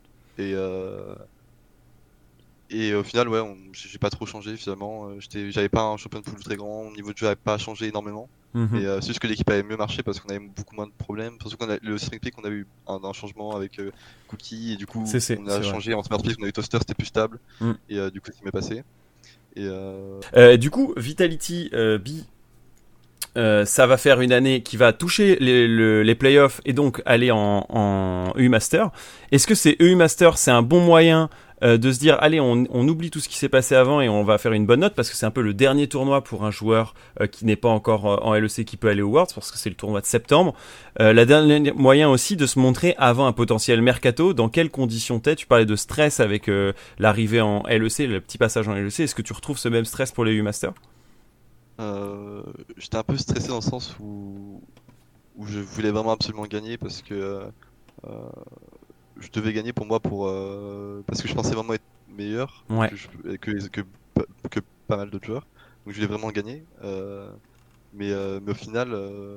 Et au final, ouais, j'ai pas trop changé finalement. J'avais pas un champion de poule très grand, mon niveau de jeu avait pas changé énormément. Et c'est juste que l'équipe avait mieux marché parce qu'on avait beaucoup moins de problèmes. Surtout le spring peak, on a eu un changement avec Cookie, et du coup, on a changé en summer split, on a eu Toaster, c'était plus stable. Et du coup, c'est mieux passé. Du coup, Vitality B, ça va faire une année qui va toucher les playoffs et donc aller en EU-Master. Est-ce que ces EU-Master, c'est un bon moyen de se dire allez, on oublie tout ce qui s'est passé avant et on va faire une bonne note, parce que c'est un peu le dernier tournoi pour un joueur qui n'est pas encore en LEC qui peut aller aux Worlds, parce que c'est le tournoi de septembre. La dernière moyen aussi de se montrer avant un potentiel mercato. Dans quelles conditions t'es? Tu parlais de stress avec l'arrivée en LEC, le petit passage en LEC. Est-ce que tu retrouves ce même stress pour les EU-Masters? J'étais un peu stressé dans le sens où je voulais vraiment absolument gagner parce que je devais gagner pour moi parce que je pensais vraiment être meilleur que pas mal d'autres joueurs. Donc je voulais vraiment gagner. Mais au final,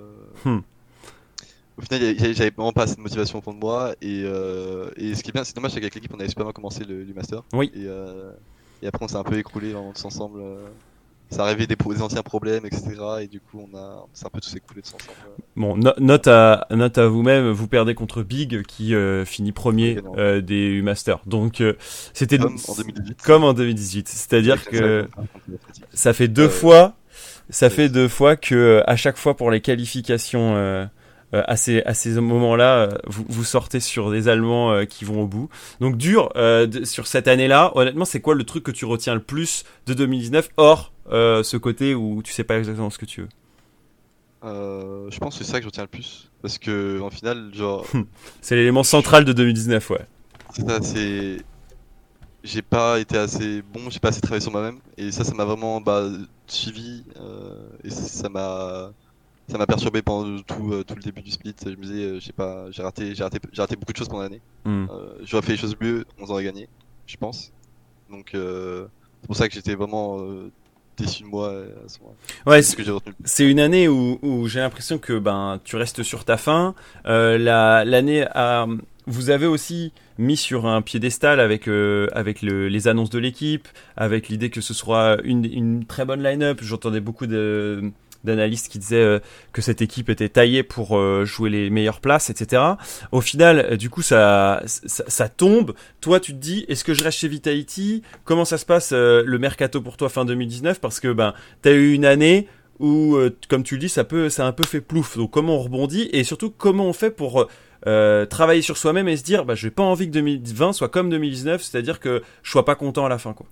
j'avais vraiment pas assez de motivation au fond de moi. Et ce qui est bien, c'est dommage, c'est qu'avec l'équipe on avait super bien commencé le Master. Oui. Et après on s'est un peu écroulé vraiment tous ensemble. Ça arrivait des anciens problèmes, etc. Et du coup, on s'est un peu tous écoulés tous ensemble. Bon, note à vous-même, vous perdez contre Big qui finit premier des U-Masters. Donc, c'était comme en 2018. C'est-à-dire que ça fait deux fois, fait 2 fois que à chaque fois pour les qualifications à ces moments-là, vous sortez sur des Allemands qui vont au bout. Donc dur sur cette année-là. Honnêtement, c'est quoi le truc que tu retiens le plus de 2019 hors ce côté où tu sais pas exactement ce que tu veux? Je pense que c'est ça que je retiens le plus, parce que en final, genre, c'est l'élément central de 2019, ouais. C'est ça, j'ai pas été assez bon, j'ai pas assez travaillé sur moi-même, et ça m'a vraiment suivi, et ça m'a ça m'a perturbé pendant tout le début du split. Je me disais, j'ai raté beaucoup de choses pendant l'année. Hmm. J'aurais fait les choses mieux, on aurait gagné, je pense. Donc c'est pour ça que j'étais vraiment déçu de moi à ce moment-là. Ouais, C'est ce que j'ai retenu. c'est une année où j'ai l'impression que ben tu restes sur ta faim. L'année vous avez aussi mis sur un piédestal avec les annonces de l'équipe, avec l'idée que ce soit une très bonne line-up. J'entendais beaucoup d'analystes qui disaient que cette équipe était taillée pour jouer les meilleures places, etc. Au final, du coup, ça tombe. Toi, tu te dis, est-ce que je reste chez Vitality? Comment ça se passe le mercato pour toi fin 2019? Parce que ben, t'as eu une année où, comme tu le dis, ça a un peu fait plouf. Donc, comment on rebondit et surtout comment on fait pour travailler sur soi-même et se dire, bah, j'ai pas envie que 2020 soit comme 2019, c'est-à-dire que je sois pas content à la fin, quoi.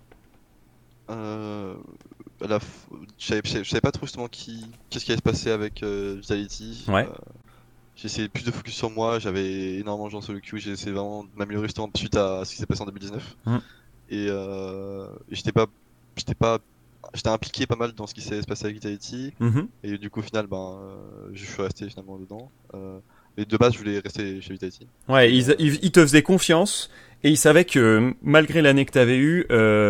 Je savais pas trop justement qu'est-ce qui allait se passer avec Vitality. Ouais. J'ai essayé plus de focus sur moi, j'avais énormément de gens sur le queue, j'ai essayé vraiment de m'améliorer justement suite à ce qui s'est passé en 2019. Et j'étais impliqué pas mal dans ce qui s'est passé avec Vitality. Et du coup au final je suis resté finalement dedans. Mais de base je voulais rester chez Vitality. Ouais, ils te faisaient confiance et ils savaient que malgré l'année que tu avais eue,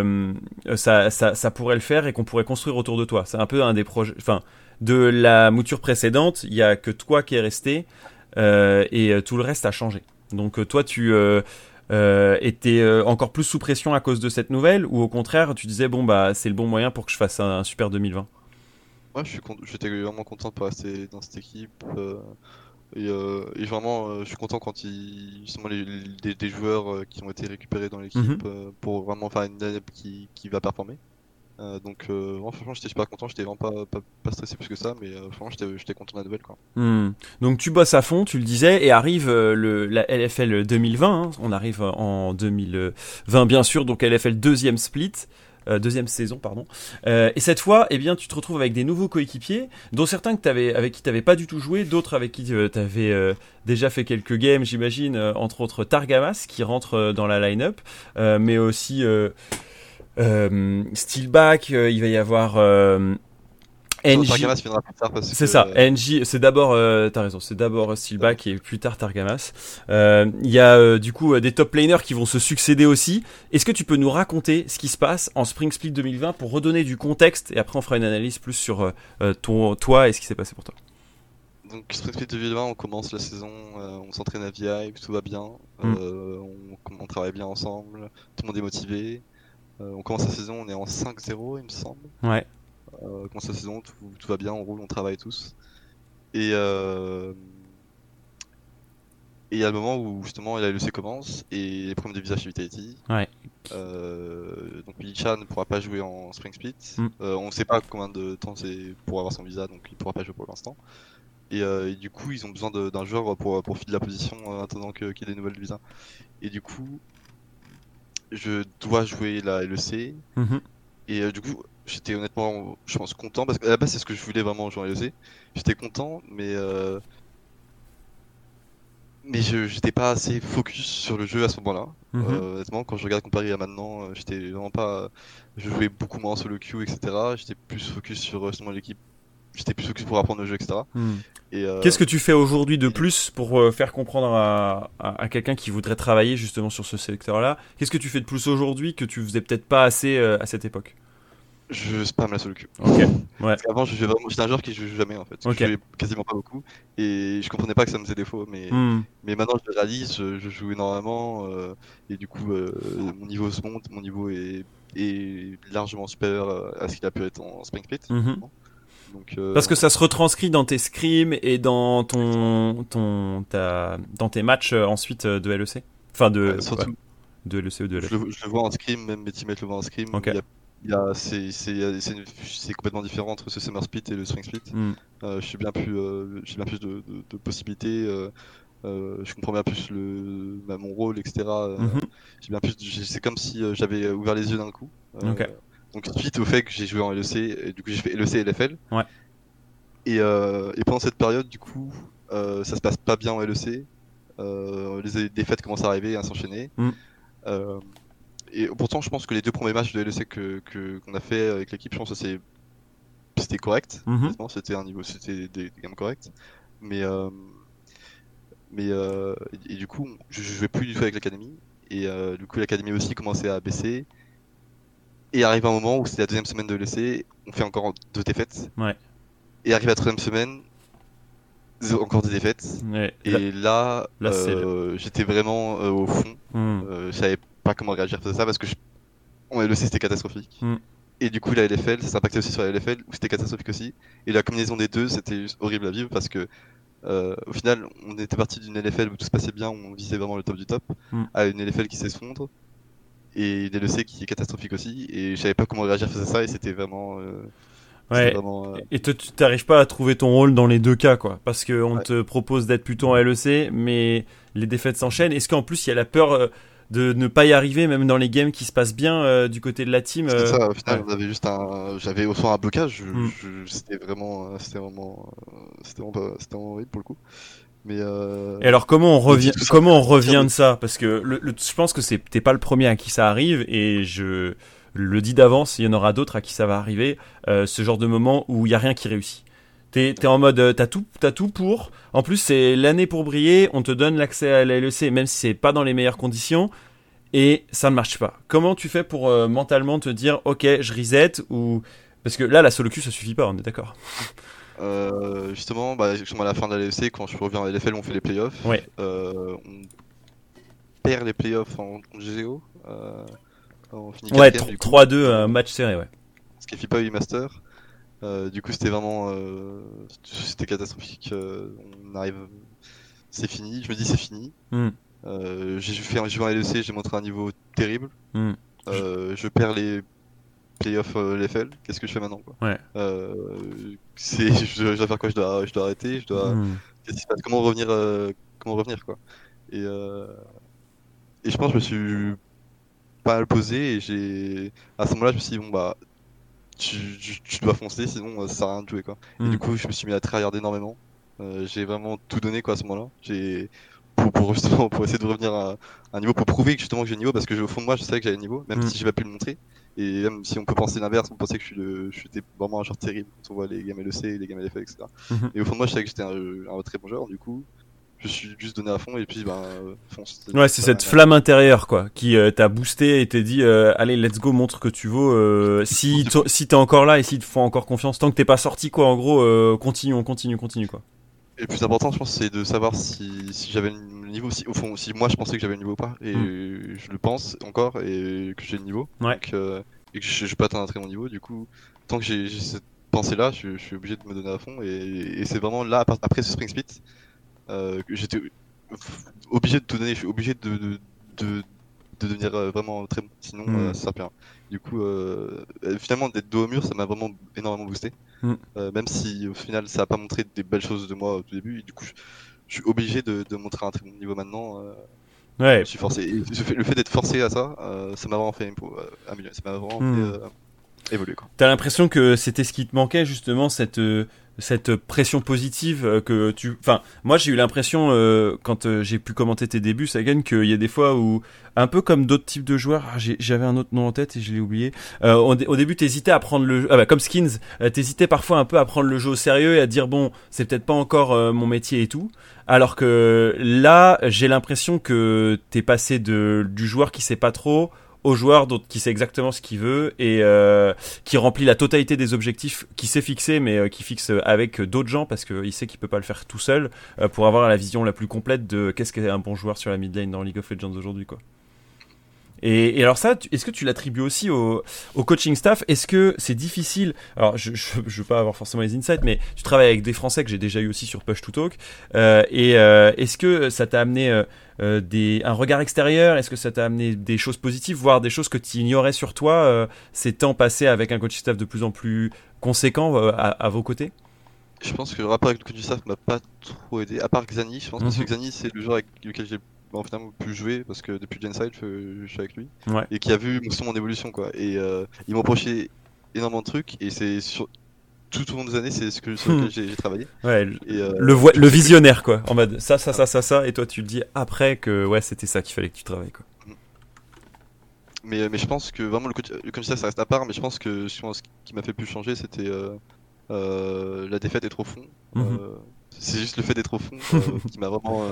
ça pourrait le faire et qu'on pourrait construire autour de toi. C'est un peu un des projets. Enfin, de la mouture précédente, il y a que toi qui est resté et tout le reste a changé. Donc toi, tu étais encore plus sous pression à cause de cette nouvelle ou au contraire, tu disais bon bah c'est le bon moyen pour que je fasse un super 2020. Ouais, j'étais vraiment content de rester dans cette équipe. Et vraiment, je suis content quand justement des joueurs qui ont été récupérés dans l'équipe pour vraiment faire une année qui va performer. Donc, franchement, j'étais super content. J'étais vraiment pas stressé plus que ça, mais franchement, j'étais content de la nouvelle, quoi. Donc, tu bosses à fond, tu le disais, et arrive la LFL 2020. Hein, on arrive en 2020, bien sûr. Donc, LFL deuxième split. Deuxième saison, pardon. Et cette fois, eh bien, tu te retrouves avec des nouveaux coéquipiers, dont certains avec qui tu n'avais pas du tout joué, d'autres avec qui tu avais déjà fait quelques games, j'imagine, entre autres Targamas, qui rentre dans la line-up, mais aussi Steelback, il va y avoir NJ. Targamas viendra plus tard parce c'est que... ça, NJ, c'est d'abord, t'as raison, c'est d'abord Steelback et plus tard Targamas. Il y a du coup des top laners qui vont se succéder aussi. Est-ce que tu peux nous raconter ce qui se passe en Spring Split 2020 pour redonner du contexte et après on fera une analyse plus sur toi et ce qui s'est passé pour toi? Donc Spring Split 2020, on commence la saison, on s'entraîne à VI, tout va bien, on travaille bien ensemble, tout le monde est motivé. On commence la saison, on est en 5-0 il me semble. Ouais. On commence la saison, tout va bien, on roule, on travaille tous. Et il y a le moment où justement la LEC commence et les problèmes de visa chez Vitality. Ouais. Donc Milicha ne pourra pas jouer en Spring Split. On ne sait pas combien de temps c'est pour avoir son visa, donc il ne pourra pas jouer pour l'instant. Et du coup, ils ont besoin d'un joueur pour filer la position en attendant qu'il y ait des nouvelles visas. Et du coup, je dois jouer la LEC. Et du coup, j'étais honnêtement, je pense, content parce qu'à la base, c'est ce que je voulais vraiment jouer en LEC. J'étais content, mais j'étais pas assez focus sur le jeu à ce moment-là. Honnêtement, quand je regarde comparé à maintenant, j'étais vraiment pas. Je jouais beaucoup moins sur le queue, etc. J'étais plus focus sur justement l'équipe. J'étais plus focus pour apprendre le jeu, etc. Et qu'est-ce que tu fais aujourd'hui de plus pour faire comprendre à quelqu'un qui voudrait travailler justement sur ce secteur-là? Qu'est-ce que tu fais de plus aujourd'hui que tu faisais peut-être pas assez à cette époque? Je spam la solo queue. Ok. Ouais. Parce qu'avant, j'étais un joueur qui joue jamais en fait. Okay. Je jouais quasiment pas beaucoup et je comprenais pas que ça me faisait défaut. Mais maintenant, je le réalise, je joue énormément et du coup, mon niveau se monte, mon niveau est largement supérieur à ce qu'il a pu être en Spring Split. Donc, parce que ça se retranscrit dans tes scrims et dans dans tes matchs ensuite de LEC. Enfin surtout, de LEC ou de LEC. Je le vois en scrim, même mes teammates le voient en scrim. Okay. C'est complètement différent entre ce Summer Split et le Spring Split. J'ai bien plus de possibilités. Je comprends bien plus mon rôle, etc. C'est comme si j'avais ouvert les yeux d'un coup. Donc suite au fait que j'ai joué en LEC, et du coup j'ai fait LEC et LFL. Ouais. Et pendant cette période, du coup, ça se passe pas bien en LEC. Les défaites commencent à arriver, à s'enchaîner. Et pourtant, je pense que les deux premiers matchs de LEC qu'on a fait avec l'équipe, je pense que c'était correct. Mhm. Honnêtement, c'était des gammes correctes. Mais et du coup, je jouais plus du tout avec l'académie. Et du coup, l'académie aussi commençait à baisser. Et arrive un moment où c'était la deuxième semaine de l'EC, on fait encore 2 défaites. Ouais. Et arrive la troisième semaine, encore 2 défaites. Ouais. Et là, là, c'est j'étais vraiment au fond. Je savais pas comment réagir face à ça parce que on LEC c'était catastrophique. Et du coup la LFL, ça impactait aussi sur la LFL où c'était catastrophique aussi. Et la combinaison des deux, c'était juste horrible à vivre parce que au final, on était parti d'une LFL où tout se passait bien, où on visait vraiment le top du top, à une LFL qui s'effondre et une LEC qui est catastrophique aussi. Et je savais pas comment réagir face à ça et c'était vraiment. Ouais. Vraiment, Et toi, tu t'arrives pas à trouver ton rôle dans les deux cas, quoi. Parce qu'on Ouais. te propose d'être plutôt en LEC, mais les défaites s'enchaînent. Est-ce qu'en plus, il y a la peur de ne pas y arriver, même dans les games qui se passent bien du côté de la team C'était ça, au final, ouais. on avait juste j'avais au fond un blocage, Mm. c'était vraiment, c'était vraiment horrible pour le coup. Mais Et alors, comment on revient, tout ça, comment on ça revient tient de ça? Parce que je pense que t'es pas le premier à qui ça arrive, et je le dis d'avance, il y en aura d'autres à qui ça va arriver, ce genre de moment où il y a rien qui réussit. T'es en mode, t'as tout pour. En plus, c'est l'année pour briller. On te donne l'accès à la LEC, même si c'est pas dans les meilleures conditions, et ça ne marche pas. Comment tu fais pour mentalement te dire, ok, je reset ou parce que là, la solo queue, ça suffit pas. On est d'accord. Justement, à la fin de la LEC, quand je reviens à LFL, on fait les playoffs. Ouais. On perd les playoffs en GO. On finit Ouais, 4ème, du coup. 3-2, match serré, ouais. Ce qui est FIPA U Master. Du coup, c'était vraiment, c'était catastrophique. On arrive, c'est fini. Je me dis c'est fini. J'ai joué en LEC, j'ai montré un niveau terrible. Je perds les playoffs LFL. Qu'est-ce que je fais maintenant, quoi? Ouais. Je dois faire quoi? Je dois arrêter. Qu'est-ce qui se passe? Comment revenir, quoi? Et je pense que je me suis pas mal posé et à ce moment-là, je me suis dit bon bah tu dois foncer, sinon ça sert à rien de jouer, quoi. Et du coup, je me suis mis à tryhard énormément. J'ai vraiment tout donné, quoi, à ce moment-là. Justement pour essayer de revenir à un niveau, pour prouver que justement que j'ai le niveau, parce que au fond de moi je savais que j'avais le niveau, même si j'ai pas pu le montrer. Et même si on peut penser l'inverse, on pensait que j'étais vraiment un joueur terrible quand on voit les gammes LEC, les gammes LFL, etc. Et au fond de moi je savais que j'étais un très bon joueur, du coup je suis juste donné à fond et puis fonce. Ouais, c'est cette flamme intérieure, quoi, qui t'a boosté et t'a dit allez, let's go, montre que tu vaux. Si t'es encore là et s'il te faut encore confiance, tant que t'es pas sorti, quoi, en gros, continue, quoi. Et le plus important, je pense, c'est de savoir si j'avais le niveau, au fond, si moi je pensais que j'avais le niveau ou pas. Et je le pense encore et que j'ai le niveau. Ouais. Donc, et que je peux atteindre un très bon niveau. Du coup, tant que j'ai cette pensée-là, je suis obligé de me donner à fond. Et c'est vraiment là, après ce Spring Split, que j'étais obligé de tout donner. Je suis obligé de devenir vraiment très bon. Sinon, ça sert à rien. Du coup, finalement, d'être dos au mur, ça m'a vraiment énormément boosté. Même si au final, ça a pas montré des belles choses de moi au tout début. Et du coup, je suis obligé de montrer un très bon niveau maintenant. Ouais. Je suis forcé. Et le fait d'être forcé à ça, ça m'a vraiment fait améliorer. Ça m'a vraiment fait évoluer, quoi. T'as l'impression que c'était ce qui te manquait, justement, cette pression positive que tu... Enfin, moi j'ai eu l'impression, quand j'ai pu commenter tes débuts, Sagan, qu'il y a des fois où, un peu comme d'autres types de joueurs, j'avais un autre nom en tête et je l'ai oublié, au début t'hésitais à prendre le jeu, comme Skins, t'hésitais parfois un peu à prendre le jeu au sérieux et à dire bon, c'est peut-être pas encore mon métier et tout, alors que là, j'ai l'impression que t'es passé du joueur qui sait pas trop au joueur qui sait exactement ce qu'il veut et qui remplit la totalité des objectifs qu'il s'est fixé, mais qui fixe avec d'autres gens parce qu'il sait qu'il peut pas le faire tout seul pour avoir la vision la plus complète de qu'est-ce qu'est un bon joueur sur la mid lane dans League of Legends aujourd'hui, quoi. Et alors ça, est-ce que tu l'attribues aussi au coaching staff? Est-ce que c'est difficile? Alors je veux pas avoir forcément les insights, mais tu travailles avec des Français que j'ai déjà eu aussi sur Push to Talk. Est-ce que ça t'a amené un regard extérieur? Est-ce que ça t'a amené des choses positives, voire des choses que tu ignorais sur toi ces temps passés avec un coaching staff de plus en plus conséquent à vos côtés? Je pense que le rapport avec le coaching staff m'a pas trop aidé, à part Xani. Je pense parce que Xani, c'est le joueur avec lequel j'ai finalement pu jouer parce que depuis Genside je suis avec lui, ouais. Et qui a vu mon évolution, quoi. Et il m'a approché énormément de trucs et c'est sur tout au long des années c'est sur lequel j'ai travaillé. Ouais, le visionnaire, quoi, en mode ça et toi tu le dis après que ouais c'était ça qu'il fallait que tu travailles, quoi. Mais je pense que vraiment le coaching staff ça reste à part, mais je pense que ce qui m'a fait le plus changer c'était La défaite est trop fond. Mhm. C'est juste le fait d'être au fond qui m'a vraiment.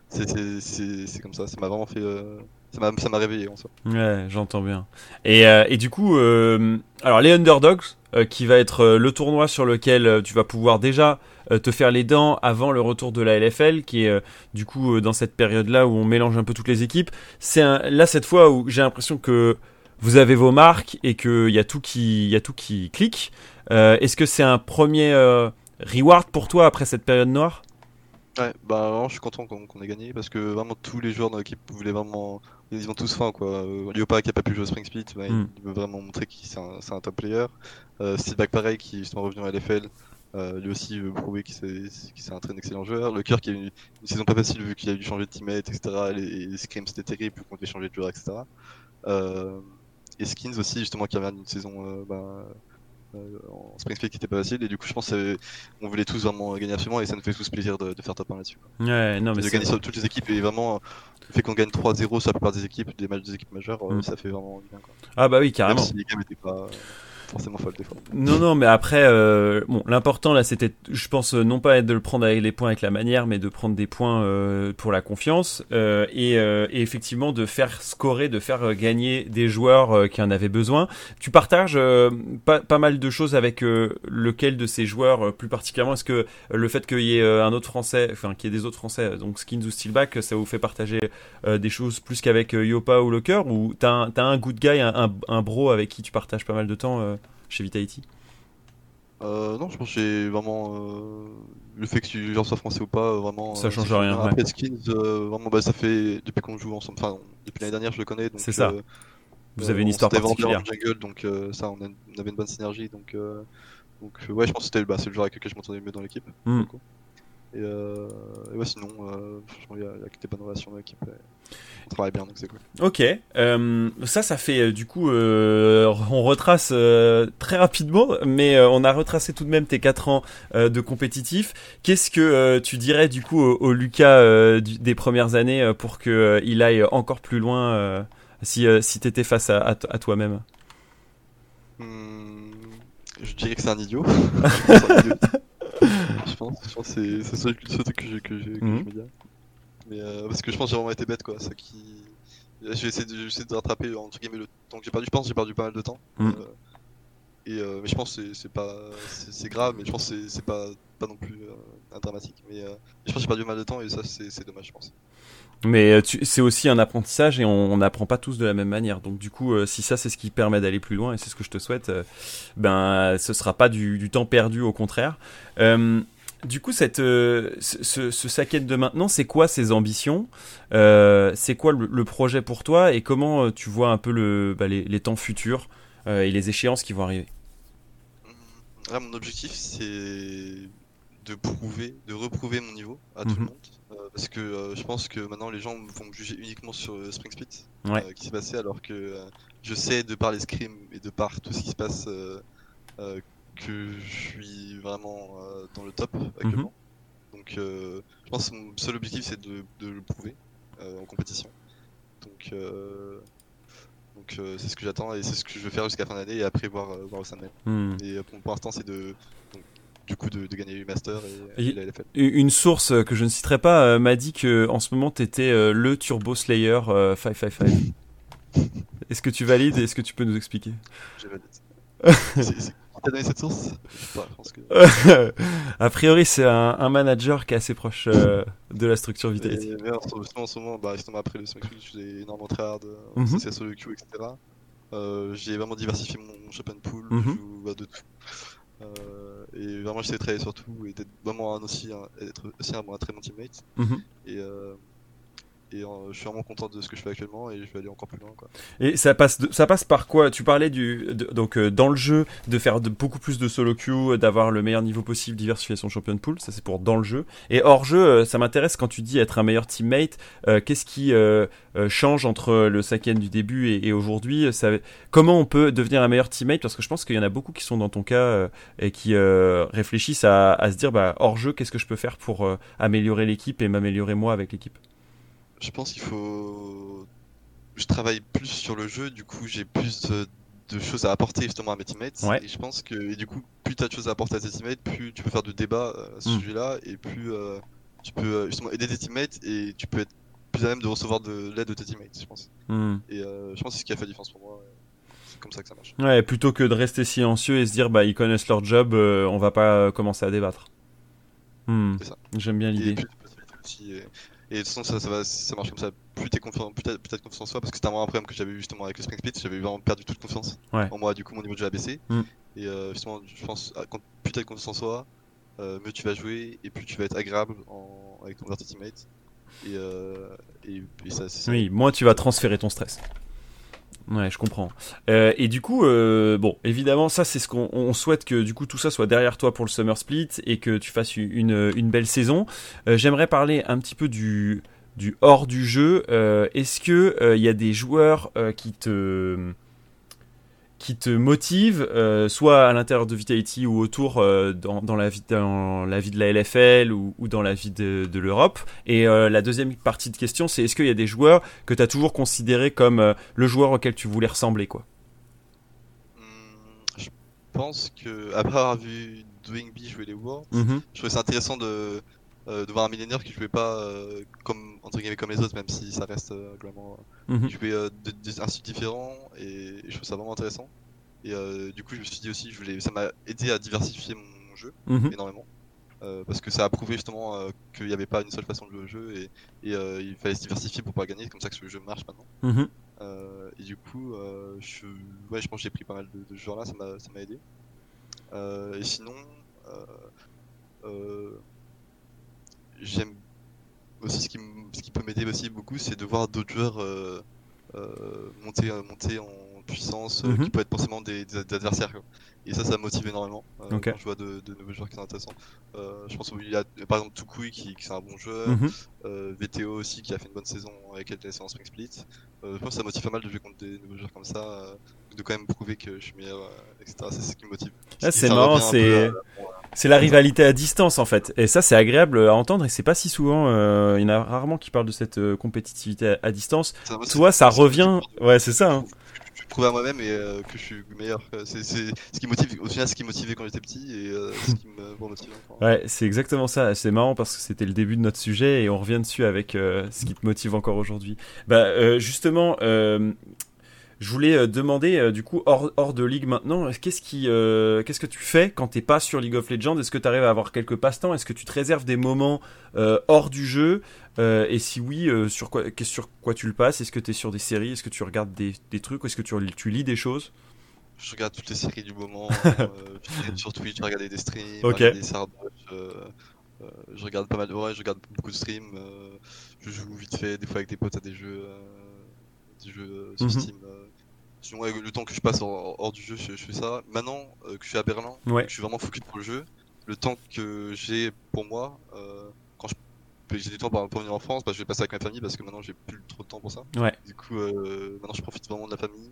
C'est comme ça. Ça m'a vraiment fait. Ça m'a réveillé en soi. Ouais, j'entends bien. Et du coup, alors les Underdogs, qui va être le tournoi sur lequel tu vas pouvoir déjà te faire les dents avant le retour de la LFL, qui est du coup dans cette période-là où on mélange un peu toutes les équipes. Là cette fois où j'ai l'impression que vous avez vos marques et qu'il y a tout qui clique. Est-ce que c'est un premier reward pour toi après cette période noire? Ouais, bah vraiment, je suis content qu'on ait gagné parce que vraiment tous les joueurs dans l'équipe voulaient vraiment. Ils ont tous faim quoi. Lyopa qui a pas pu jouer au Spring Split, bah, il veut vraiment montrer qu'il c'est un top player. Steelback pareil qui est justement revenu à LFL. Lui aussi veut prouver qu'il c'est un très excellent joueur. Le cœur qui a eu une saison pas facile vu qu'il a dû changer de teammate, etc. Les scrims c'était terrible vu qu'on devait changer de joueur, etc. Et Skins aussi justement qui avait une saison en Spring Split qui était pas facile et du coup je pense on voulait tous vraiment gagner absolument et ça nous fait tous plaisir de faire top 1 là-dessus. Ouais, non mais De gagner sur toutes les équipes et vraiment le fait qu'on gagne 3-0 sur la plupart des équipes, des matchs des équipes majeures, ça fait vraiment bien quoi. Ah bah oui, carrément. Même si les games étaient pas forcément folles des fois. Non, mais après, bon, l'important là, c'était, je pense, non pas de le prendre avec les points avec la manière, mais de prendre des points pour la confiance et effectivement de faire scorer, de faire gagner des joueurs qui en avaient besoin. Tu partages pas mal de choses avec lequel de ces joueurs plus particulièrement. Est-ce que le fait qu'il y ait un autre Français, enfin qu'il y ait des autres Français, donc Skins ou Steelback, ça vous fait partager des choses plus qu'avec Yopa ou Locker, ou t'as un good guy, un bro avec qui tu partages pas mal de temps chez Vitality? Non, je pense que j'ai vraiment le fait que tu genre sois français ou pas, vraiment. Ça change rien. Après Ouais. Skins, vraiment, bah, ça fait depuis qu'on joue ensemble, enfin depuis l'année dernière je le connais, donc C'est ça. Vous avez une on histoire s'était vendu en particulière. jungle, donc ça on avait une bonne synergie, donc ouais, je pense que c'était c'est le joueur avec lequel je m'entendais le mieux dans l'équipe. Mm. Pour le coup. Et ouais, sinon, franchement, il y a que des bonnes relations dans l'équipe. On travaille bien, donc c'est cool. Ok, ça fait du coup, on retrace très rapidement, mais on a retracé tout de même tes 4 ans de compétitif. Qu'est-ce que tu dirais du coup au Lucas des premières années pour que il aille encore plus loin si t'étais face à toi-même? Je dirais que c'est un idiot. Je pense que c'est ce truc que je me dis. Mais parce que je pense que j'ai vraiment été bête quoi. Ça qui. Je vais essayer de rattraper entre guillemets le temps que j'ai perdu. Je pense que j'ai perdu pas mal de temps. Mais je pense que c'est grave, mais je pense que c'est pas non plus dramatique. Mais je pense que j'ai perdu pas mal de temps et ça c'est dommage je pense. Mais c'est aussi un apprentissage et on n'apprend pas tous de la même manière. Donc du coup, si ça c'est ce qui permet d'aller plus loin et c'est ce que je te souhaite, ben ce sera pas du temps perdu, au contraire. Du coup, ce Sackhead de maintenant, c'est quoi ses ambitions? C'est quoi le projet pour toi et comment tu vois un peu les temps futurs et les échéances qui vont arriver? Là, mon objectif c'est de reprouver mon niveau à tout le monde. Parce que je pense que maintenant les gens vont me juger uniquement sur Spring Split qui s'est passé alors que je sais de par les scrims et de par tout ce qui se passe que je suis vraiment dans le top actuellement. Donc je pense que mon seul objectif c'est de le prouver en compétition. Donc c'est ce que j'attends et c'est ce que je veux faire jusqu'à la fin d'année et après voir au sein de même. Et pour l'instant c'est de gagner le Master et la LFL. Une source que je ne citerai pas m'a dit que en ce moment t'étais le Turbo Slayer 555. Est-ce que tu valides et est-ce que tu peux nous expliquer? Je valide. C'est qui t'a donné cette source? Je pense que... A priori c'est un manager qui est assez proche de la structure Vitality. Mais en ce moment, justement après le Smack Split, je faisais énormément tryhard, c'est sur le Q, etc. J'ai vraiment diversifié mon champion pool, je joue de tout. Et vraiment j'essaie de travailler sur tout et d'être vraiment être aussi un très bon teammate. Et je suis vraiment content de ce que je fais actuellement et je vais aller encore plus loin quoi. Et ça passe par quoi? Tu parlais donc dans le jeu de faire beaucoup plus de solo queue, d'avoir le meilleur niveau possible, diversifier son champion pool, ça c'est pour dans le jeu. Et hors jeu, ça m'intéresse quand tu dis être un meilleur teammate, qu'est-ce qui change entre le Saken du début et aujourd'hui? Comment on peut devenir un meilleur teammate? Parce que je pense qu'il y en a beaucoup qui sont dans ton cas et qui réfléchissent à se dire hors jeu, qu'est-ce que je peux faire pour améliorer l'équipe et m'améliorer moi avec l'équipe? Je pense qu'il faut... Je travaille plus sur le jeu, du coup j'ai plus de choses à apporter justement à mes teammates. Ouais. Et je pense que et du coup, plus t'as de choses à apporter à tes teammates, plus tu peux faire de débats à ce sujet-là, et plus tu peux justement aider tes teammates, et tu peux être plus à même de recevoir de l'aide de tes teammates, je pense. Et je pense que c'est ce qui a fait la différence pour moi. C'est comme ça que ça marche. Ouais, plutôt que de rester silencieux et se dire bah ils connaissent leur job, on va pas commencer à débattre. C'est ça. J'aime bien l'idée. Et plus de possibilités aussi. Et de toute façon, ça marche comme ça. Plus t'es confiant, plus t'as de confiance en soi, parce que c'était un problème que j'avais eu justement avec le Spring Split. J'avais vraiment perdu toute confiance en moi. Du coup, mon niveau de jeu a baissé. Et justement, je pense quand plus t'as de confiance en soi, mieux tu vas jouer, et plus tu vas être agréable avec ton teammate. Et ça, c'est ça. Oui, moins tu vas transférer ton stress. Ouais, je comprends. Et du coup, bon, évidemment, ça c'est ce qu'on souhaite, que du coup tout ça soit derrière toi pour le Summer Split et que tu fasses une belle saison. J'aimerais parler un petit peu du hors du jeu. Est-ce que il y a des joueurs qui te motivent, soit à l'intérieur de Vitality ou autour dans la vie de la LFL ou dans la vie de l'Europe. Et la deuxième partie de question, c'est est-ce qu'il y a des joueurs que tu as toujours considérés comme le joueur auquel tu voulais ressembler, quoi? Je pense que après avoir vu Doing B jouer les Worlds, je trouvais ça intéressant de voir un millénaire qui jouait pas comme entre guillemets comme les autres, même si ça reste globalement il jouait un style différent, et je trouve ça vraiment intéressant. Et du coup je me suis dit aussi ça m'a aidé à diversifier mon jeu énormément, parce que ça a prouvé justement qu'il n'y avait pas une seule façon de jouer au jeu, et il fallait se diversifier pour pouvoir gagner. C'est comme ça que ce jeu marche maintenant. Et du coup je pense que j'ai pris pas mal de joueurs là, ça m'a aidé. Et sinon j'aime aussi ce qui peut m'aider aussi beaucoup, c'est de voir d'autres joueurs monter en puissance, qui peuvent être forcément des adversaires, quoi. Et ça me motive énormément quand je vois de nouveaux joueurs qui sont intéressants. Je pense qu'il y a par exemple Tukui qui est un bon joueur, VTO aussi qui a fait une bonne saison avec LTS en Spring Split. Je pense que ça motive pas mal de jouer contre des nouveaux joueurs comme ça, de quand même prouver que je suis meilleur, etc. C'est ce qui me motive. C'est marrant, c'est la rivalité à distance en fait, et ça c'est agréable à entendre, et c'est pas si souvent, il y en a rarement qui parlent de cette compétitivité à distance. Toi ça revient, ouais c'est ça. Je prouve à moi-même et que je suis meilleur. C'est ce qui motive, au final, ce qui me motivait quand j'étais petit, et ce qui me motive encore. Ouais, c'est exactement ça. C'est marrant parce que c'était le début de notre sujet et on revient dessus avec ce qui te motive encore aujourd'hui. Justement, je voulais demander, du coup, hors de Ligue maintenant, qu'est-ce que tu fais quand t'es pas sur League of Legends? Est-ce que tu arrives à avoir quelques passe-temps? Est-ce que tu te réserves des moments hors du jeu? Et si oui, sur quoi tu le passes? Est-ce que tu es sur des séries? Est-ce que tu regardes des trucs? Est-ce que tu lis des choses? Je regarde toutes les séries du moment. Sur Twitch, je regarde des streams, des Sardoch. Je regarde pas mal. Ouais, je regarde beaucoup de streams. Je joue vite fait, des fois avec des potes à des jeux sur Steam. Sinon, le temps que je passe hors du jeu, je fais ça. Maintenant que je suis à Berlin, que je suis vraiment focus pour le jeu, le temps que j'ai pour moi, quand j'ai du temps pour venir en France, je vais passer avec ma famille, parce que maintenant j'ai plus trop de temps pour ça. Du coup, maintenant je profite vraiment de la famille.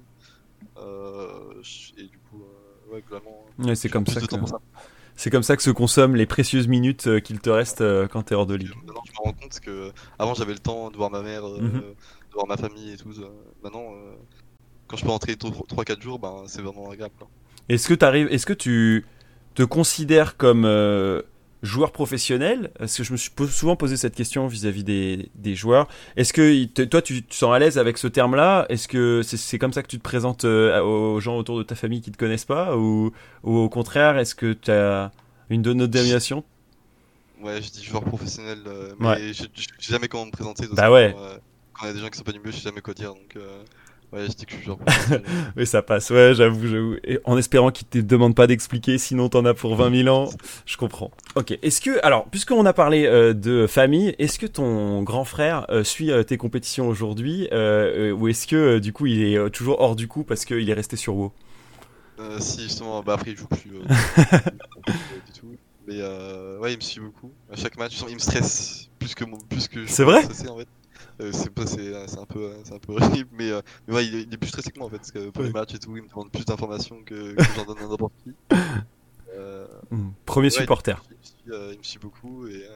Et du coup, globalement, c'est comme ça que c'est comme ça que se consomment les précieuses minutes qu'il te reste quand t'es hors de Ligue. Maintenant, je me rends compte que avant j'avais le temps de voir ma mère, de voir ma famille et tout. Maintenant, quand je peux rentrer 3-4 jours, c'est vraiment agréable, quoi. Est-ce que tu te considères comme joueur professionnel? Parce que je me suis souvent posé cette question vis-à-vis des joueurs. Est-ce que toi tu te sens à l'aise avec ce terme-là? Est-ce que c'est comme ça que tu te présentes aux gens autour de ta famille qui te connaissent pas, ou au contraire, est-ce que tu as une autre dénomination? Ouais, je dis joueur professionnel, mais je sais jamais comment me présenter. Bah ouais. Quand il y a des gens qui sont pas du milieu, je sais jamais quoi dire, donc ouais, je dis que je suis joueur professionnel. Oui, ça passe, ouais, j'avoue. Et en espérant qu'ils te demandent pas d'expliquer, sinon t'en as pour 20 000 ans. Je comprends. Ok, alors, puisqu'on a parlé de famille, est-ce que ton grand frère suit tes compétitions aujourd'hui, ou est-ce que du coup il est toujours hors du coup parce qu'il est resté sur WoW? Si, justement, après il joue plus du tout. Mais ouais, il me suit beaucoup. À chaque match, il me stresse plus que je C'est vrai? stressé, en fait. C'est un peu horrible, mais ouais, il est plus stressé que moi, en fait, parce que pour les matchs et tout, il me demande plus d'informations que j'en donne à n'importe qui. Premier supporter. Il me suit beaucoup, et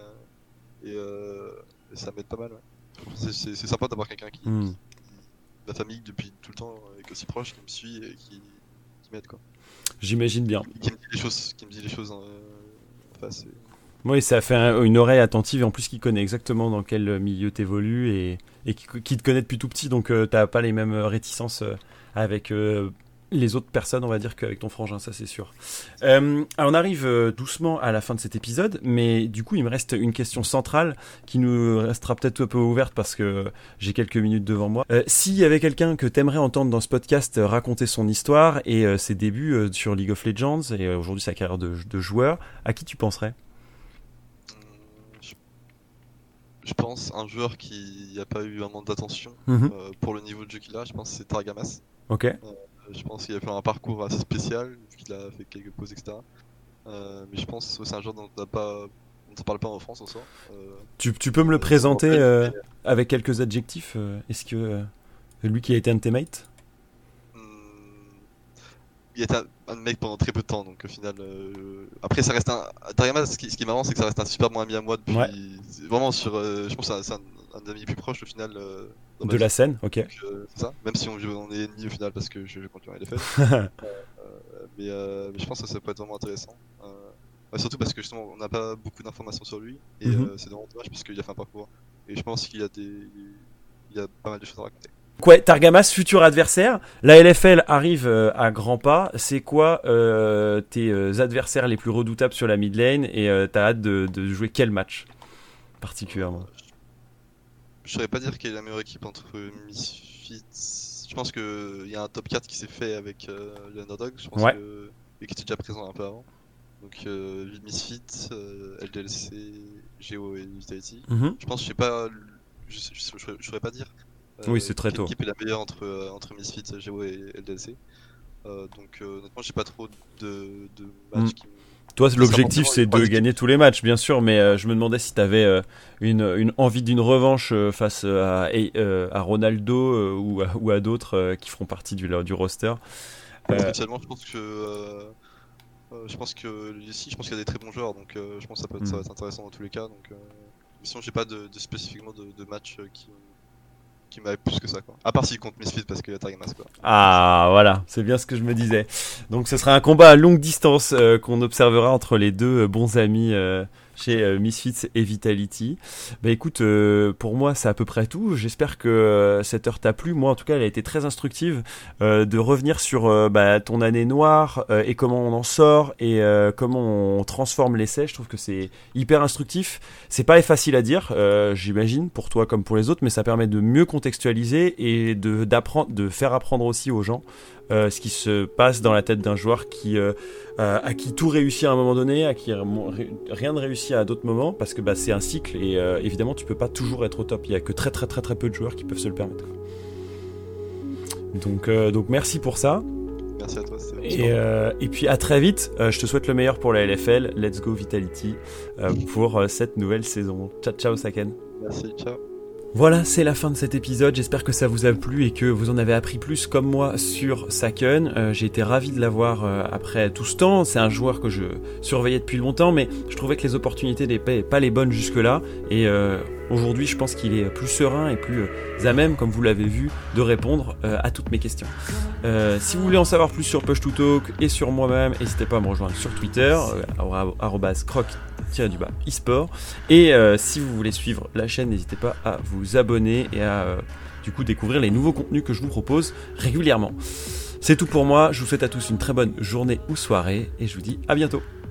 ça m'aide pas mal. Ouais. C'est sympa d'avoir quelqu'un qui la famille depuis tout le temps est aussi proche, qui me suit et qui qui m'aide, quoi. J'imagine bien. Qui me dit les choses en face. Oui, ça fait une oreille attentive et en plus qui connaît exactement dans quel milieu t'évolues et qui te connaît depuis tout petit, donc t'as pas les mêmes réticences avec les autres personnes, on va dire, qu'avec ton frangin, ça c'est sûr. Alors on arrive doucement à la fin de cet épisode, mais du coup il me reste une question centrale qui nous restera peut-être un peu ouverte parce que j'ai quelques minutes devant moi. S'il y avait quelqu'un que t'aimerais entendre dans ce podcast raconter son histoire et ses débuts sur League of Legends et aujourd'hui sa carrière de joueur, à qui tu penserais ? Je pense un joueur qui n'a pas eu vraiment d'attention pour le niveau de jeu qu'il a, je pense que c'est Targamas. Ok. Je pense qu'il a fait un parcours assez spécial, vu qu'il a fait quelques pauses, etc. Mais je pense que c'est un joueur dont on ne parle pas en France en soi. Tu peux me le présenter avec quelques adjectifs Est-ce que lui qui a été un de tes mates Il était un mec pendant très peu de temps, donc au final. Après, ça reste un. Targamas, ce qui est marrant, c'est que ça reste un super bon ami à moi depuis. Ouais. Vraiment sur. Je pense que c'est un ami plus proche au final. De la scène, ok. Donc, c'est ça. Même si on est ennemis au final parce que je continue à les faire. Mais je pense que ça peut être vraiment intéressant. Surtout parce que justement, on n'a pas beaucoup d'informations sur lui et c'est vraiment dommage parce qu'il a fait un parcours. Et je pense qu'il y a pas mal de choses à raconter. Ouais, Targamas, futur adversaire. La LFL arrive à grands pas. C'est quoi tes adversaires les plus redoutables sur la mid lane et t'as hâte de jouer quel match particulièrement? Je saurais pas dire quelle est la meilleure équipe entre Misfits. Je pense qu'il y a un top 4 qui s'est fait avec le Underdog. Je pense et qui était déjà présent un peu avant. Donc Misfits, LDLC, Geo et Vitality. Je pense, je sais pas, je saurais pas dire. Oui, c'est très tôt. L'équipe est la meilleure entre Misfits, Geo et LDLC. Donc honnêtement, j'ai pas trop de matchs qui me... Toi, l'objectif, c'est de gagner tous les matchs, bien sûr, mais je me demandais si tu avais une envie d'une revanche face à Ronaldo ou à d'autres qui feront partie du roster. Spécialement, je pense que ici, je pense qu'il y a des très bons joueurs, donc je pense que ça va être intéressant dans tous les cas. Donc, sinon, j'ai pas spécifiquement de match qui m'avait plus que ça, quoi. À part s'il compte Misfits parce qu'il y a Targamas, quoi. Ah, voilà, c'est bien ce que je me disais. Donc ce sera un combat à longue distance qu'on observera entre les deux bons amis chez Misfits et Vitality. Bah écoute, pour moi c'est à peu près tout. J'espère que cette heure t'a plu. Moi en tout cas elle a été très instructive de revenir sur ton année noire et comment on en sort et comment on transforme l'essai. Je trouve que c'est hyper instructif. C'est pas facile à dire, j'imagine, pour toi comme pour les autres, mais ça permet de mieux contextualiser et de faire apprendre aussi aux gens ce qui se passe dans la tête d'un joueur à qui tout réussit à un moment donné, à qui rien ne réussit à d'autres moments, parce que c'est un cycle et évidemment tu peux pas toujours être au top. Il y a que très très très très peu de joueurs qui peuvent se le permettre. Donc merci pour ça. Merci à toi. Et puis à très vite. Je te souhaite le meilleur pour la LFL. Let's go Vitality pour cette nouvelle saison. Ciao Saken. Merci, ciao. Voilà, c'est la fin de cet épisode. J'espère que ça vous a plu et que vous en avez appris plus comme moi sur Saken. J'ai été ravi de l'avoir après tout ce temps. C'est un joueur que je surveillais depuis longtemps, mais je trouvais que les opportunités n'étaient pas les bonnes jusque-là. Et aujourd'hui, je pense qu'il est plus serein et plus à même, comme vous l'avez vu, de répondre à toutes mes questions. Si vous voulez en savoir plus sur Push to Talk et sur moi-même, n'hésitez pas à me rejoindre sur Twitter, @croc_esport. Et si vous voulez suivre la chaîne, n'hésitez pas à vous abonner et à du coup découvrir les nouveaux contenus que je vous propose régulièrement. C'est tout pour moi, je vous souhaite à tous une très bonne journée ou soirée et je vous dis à bientôt.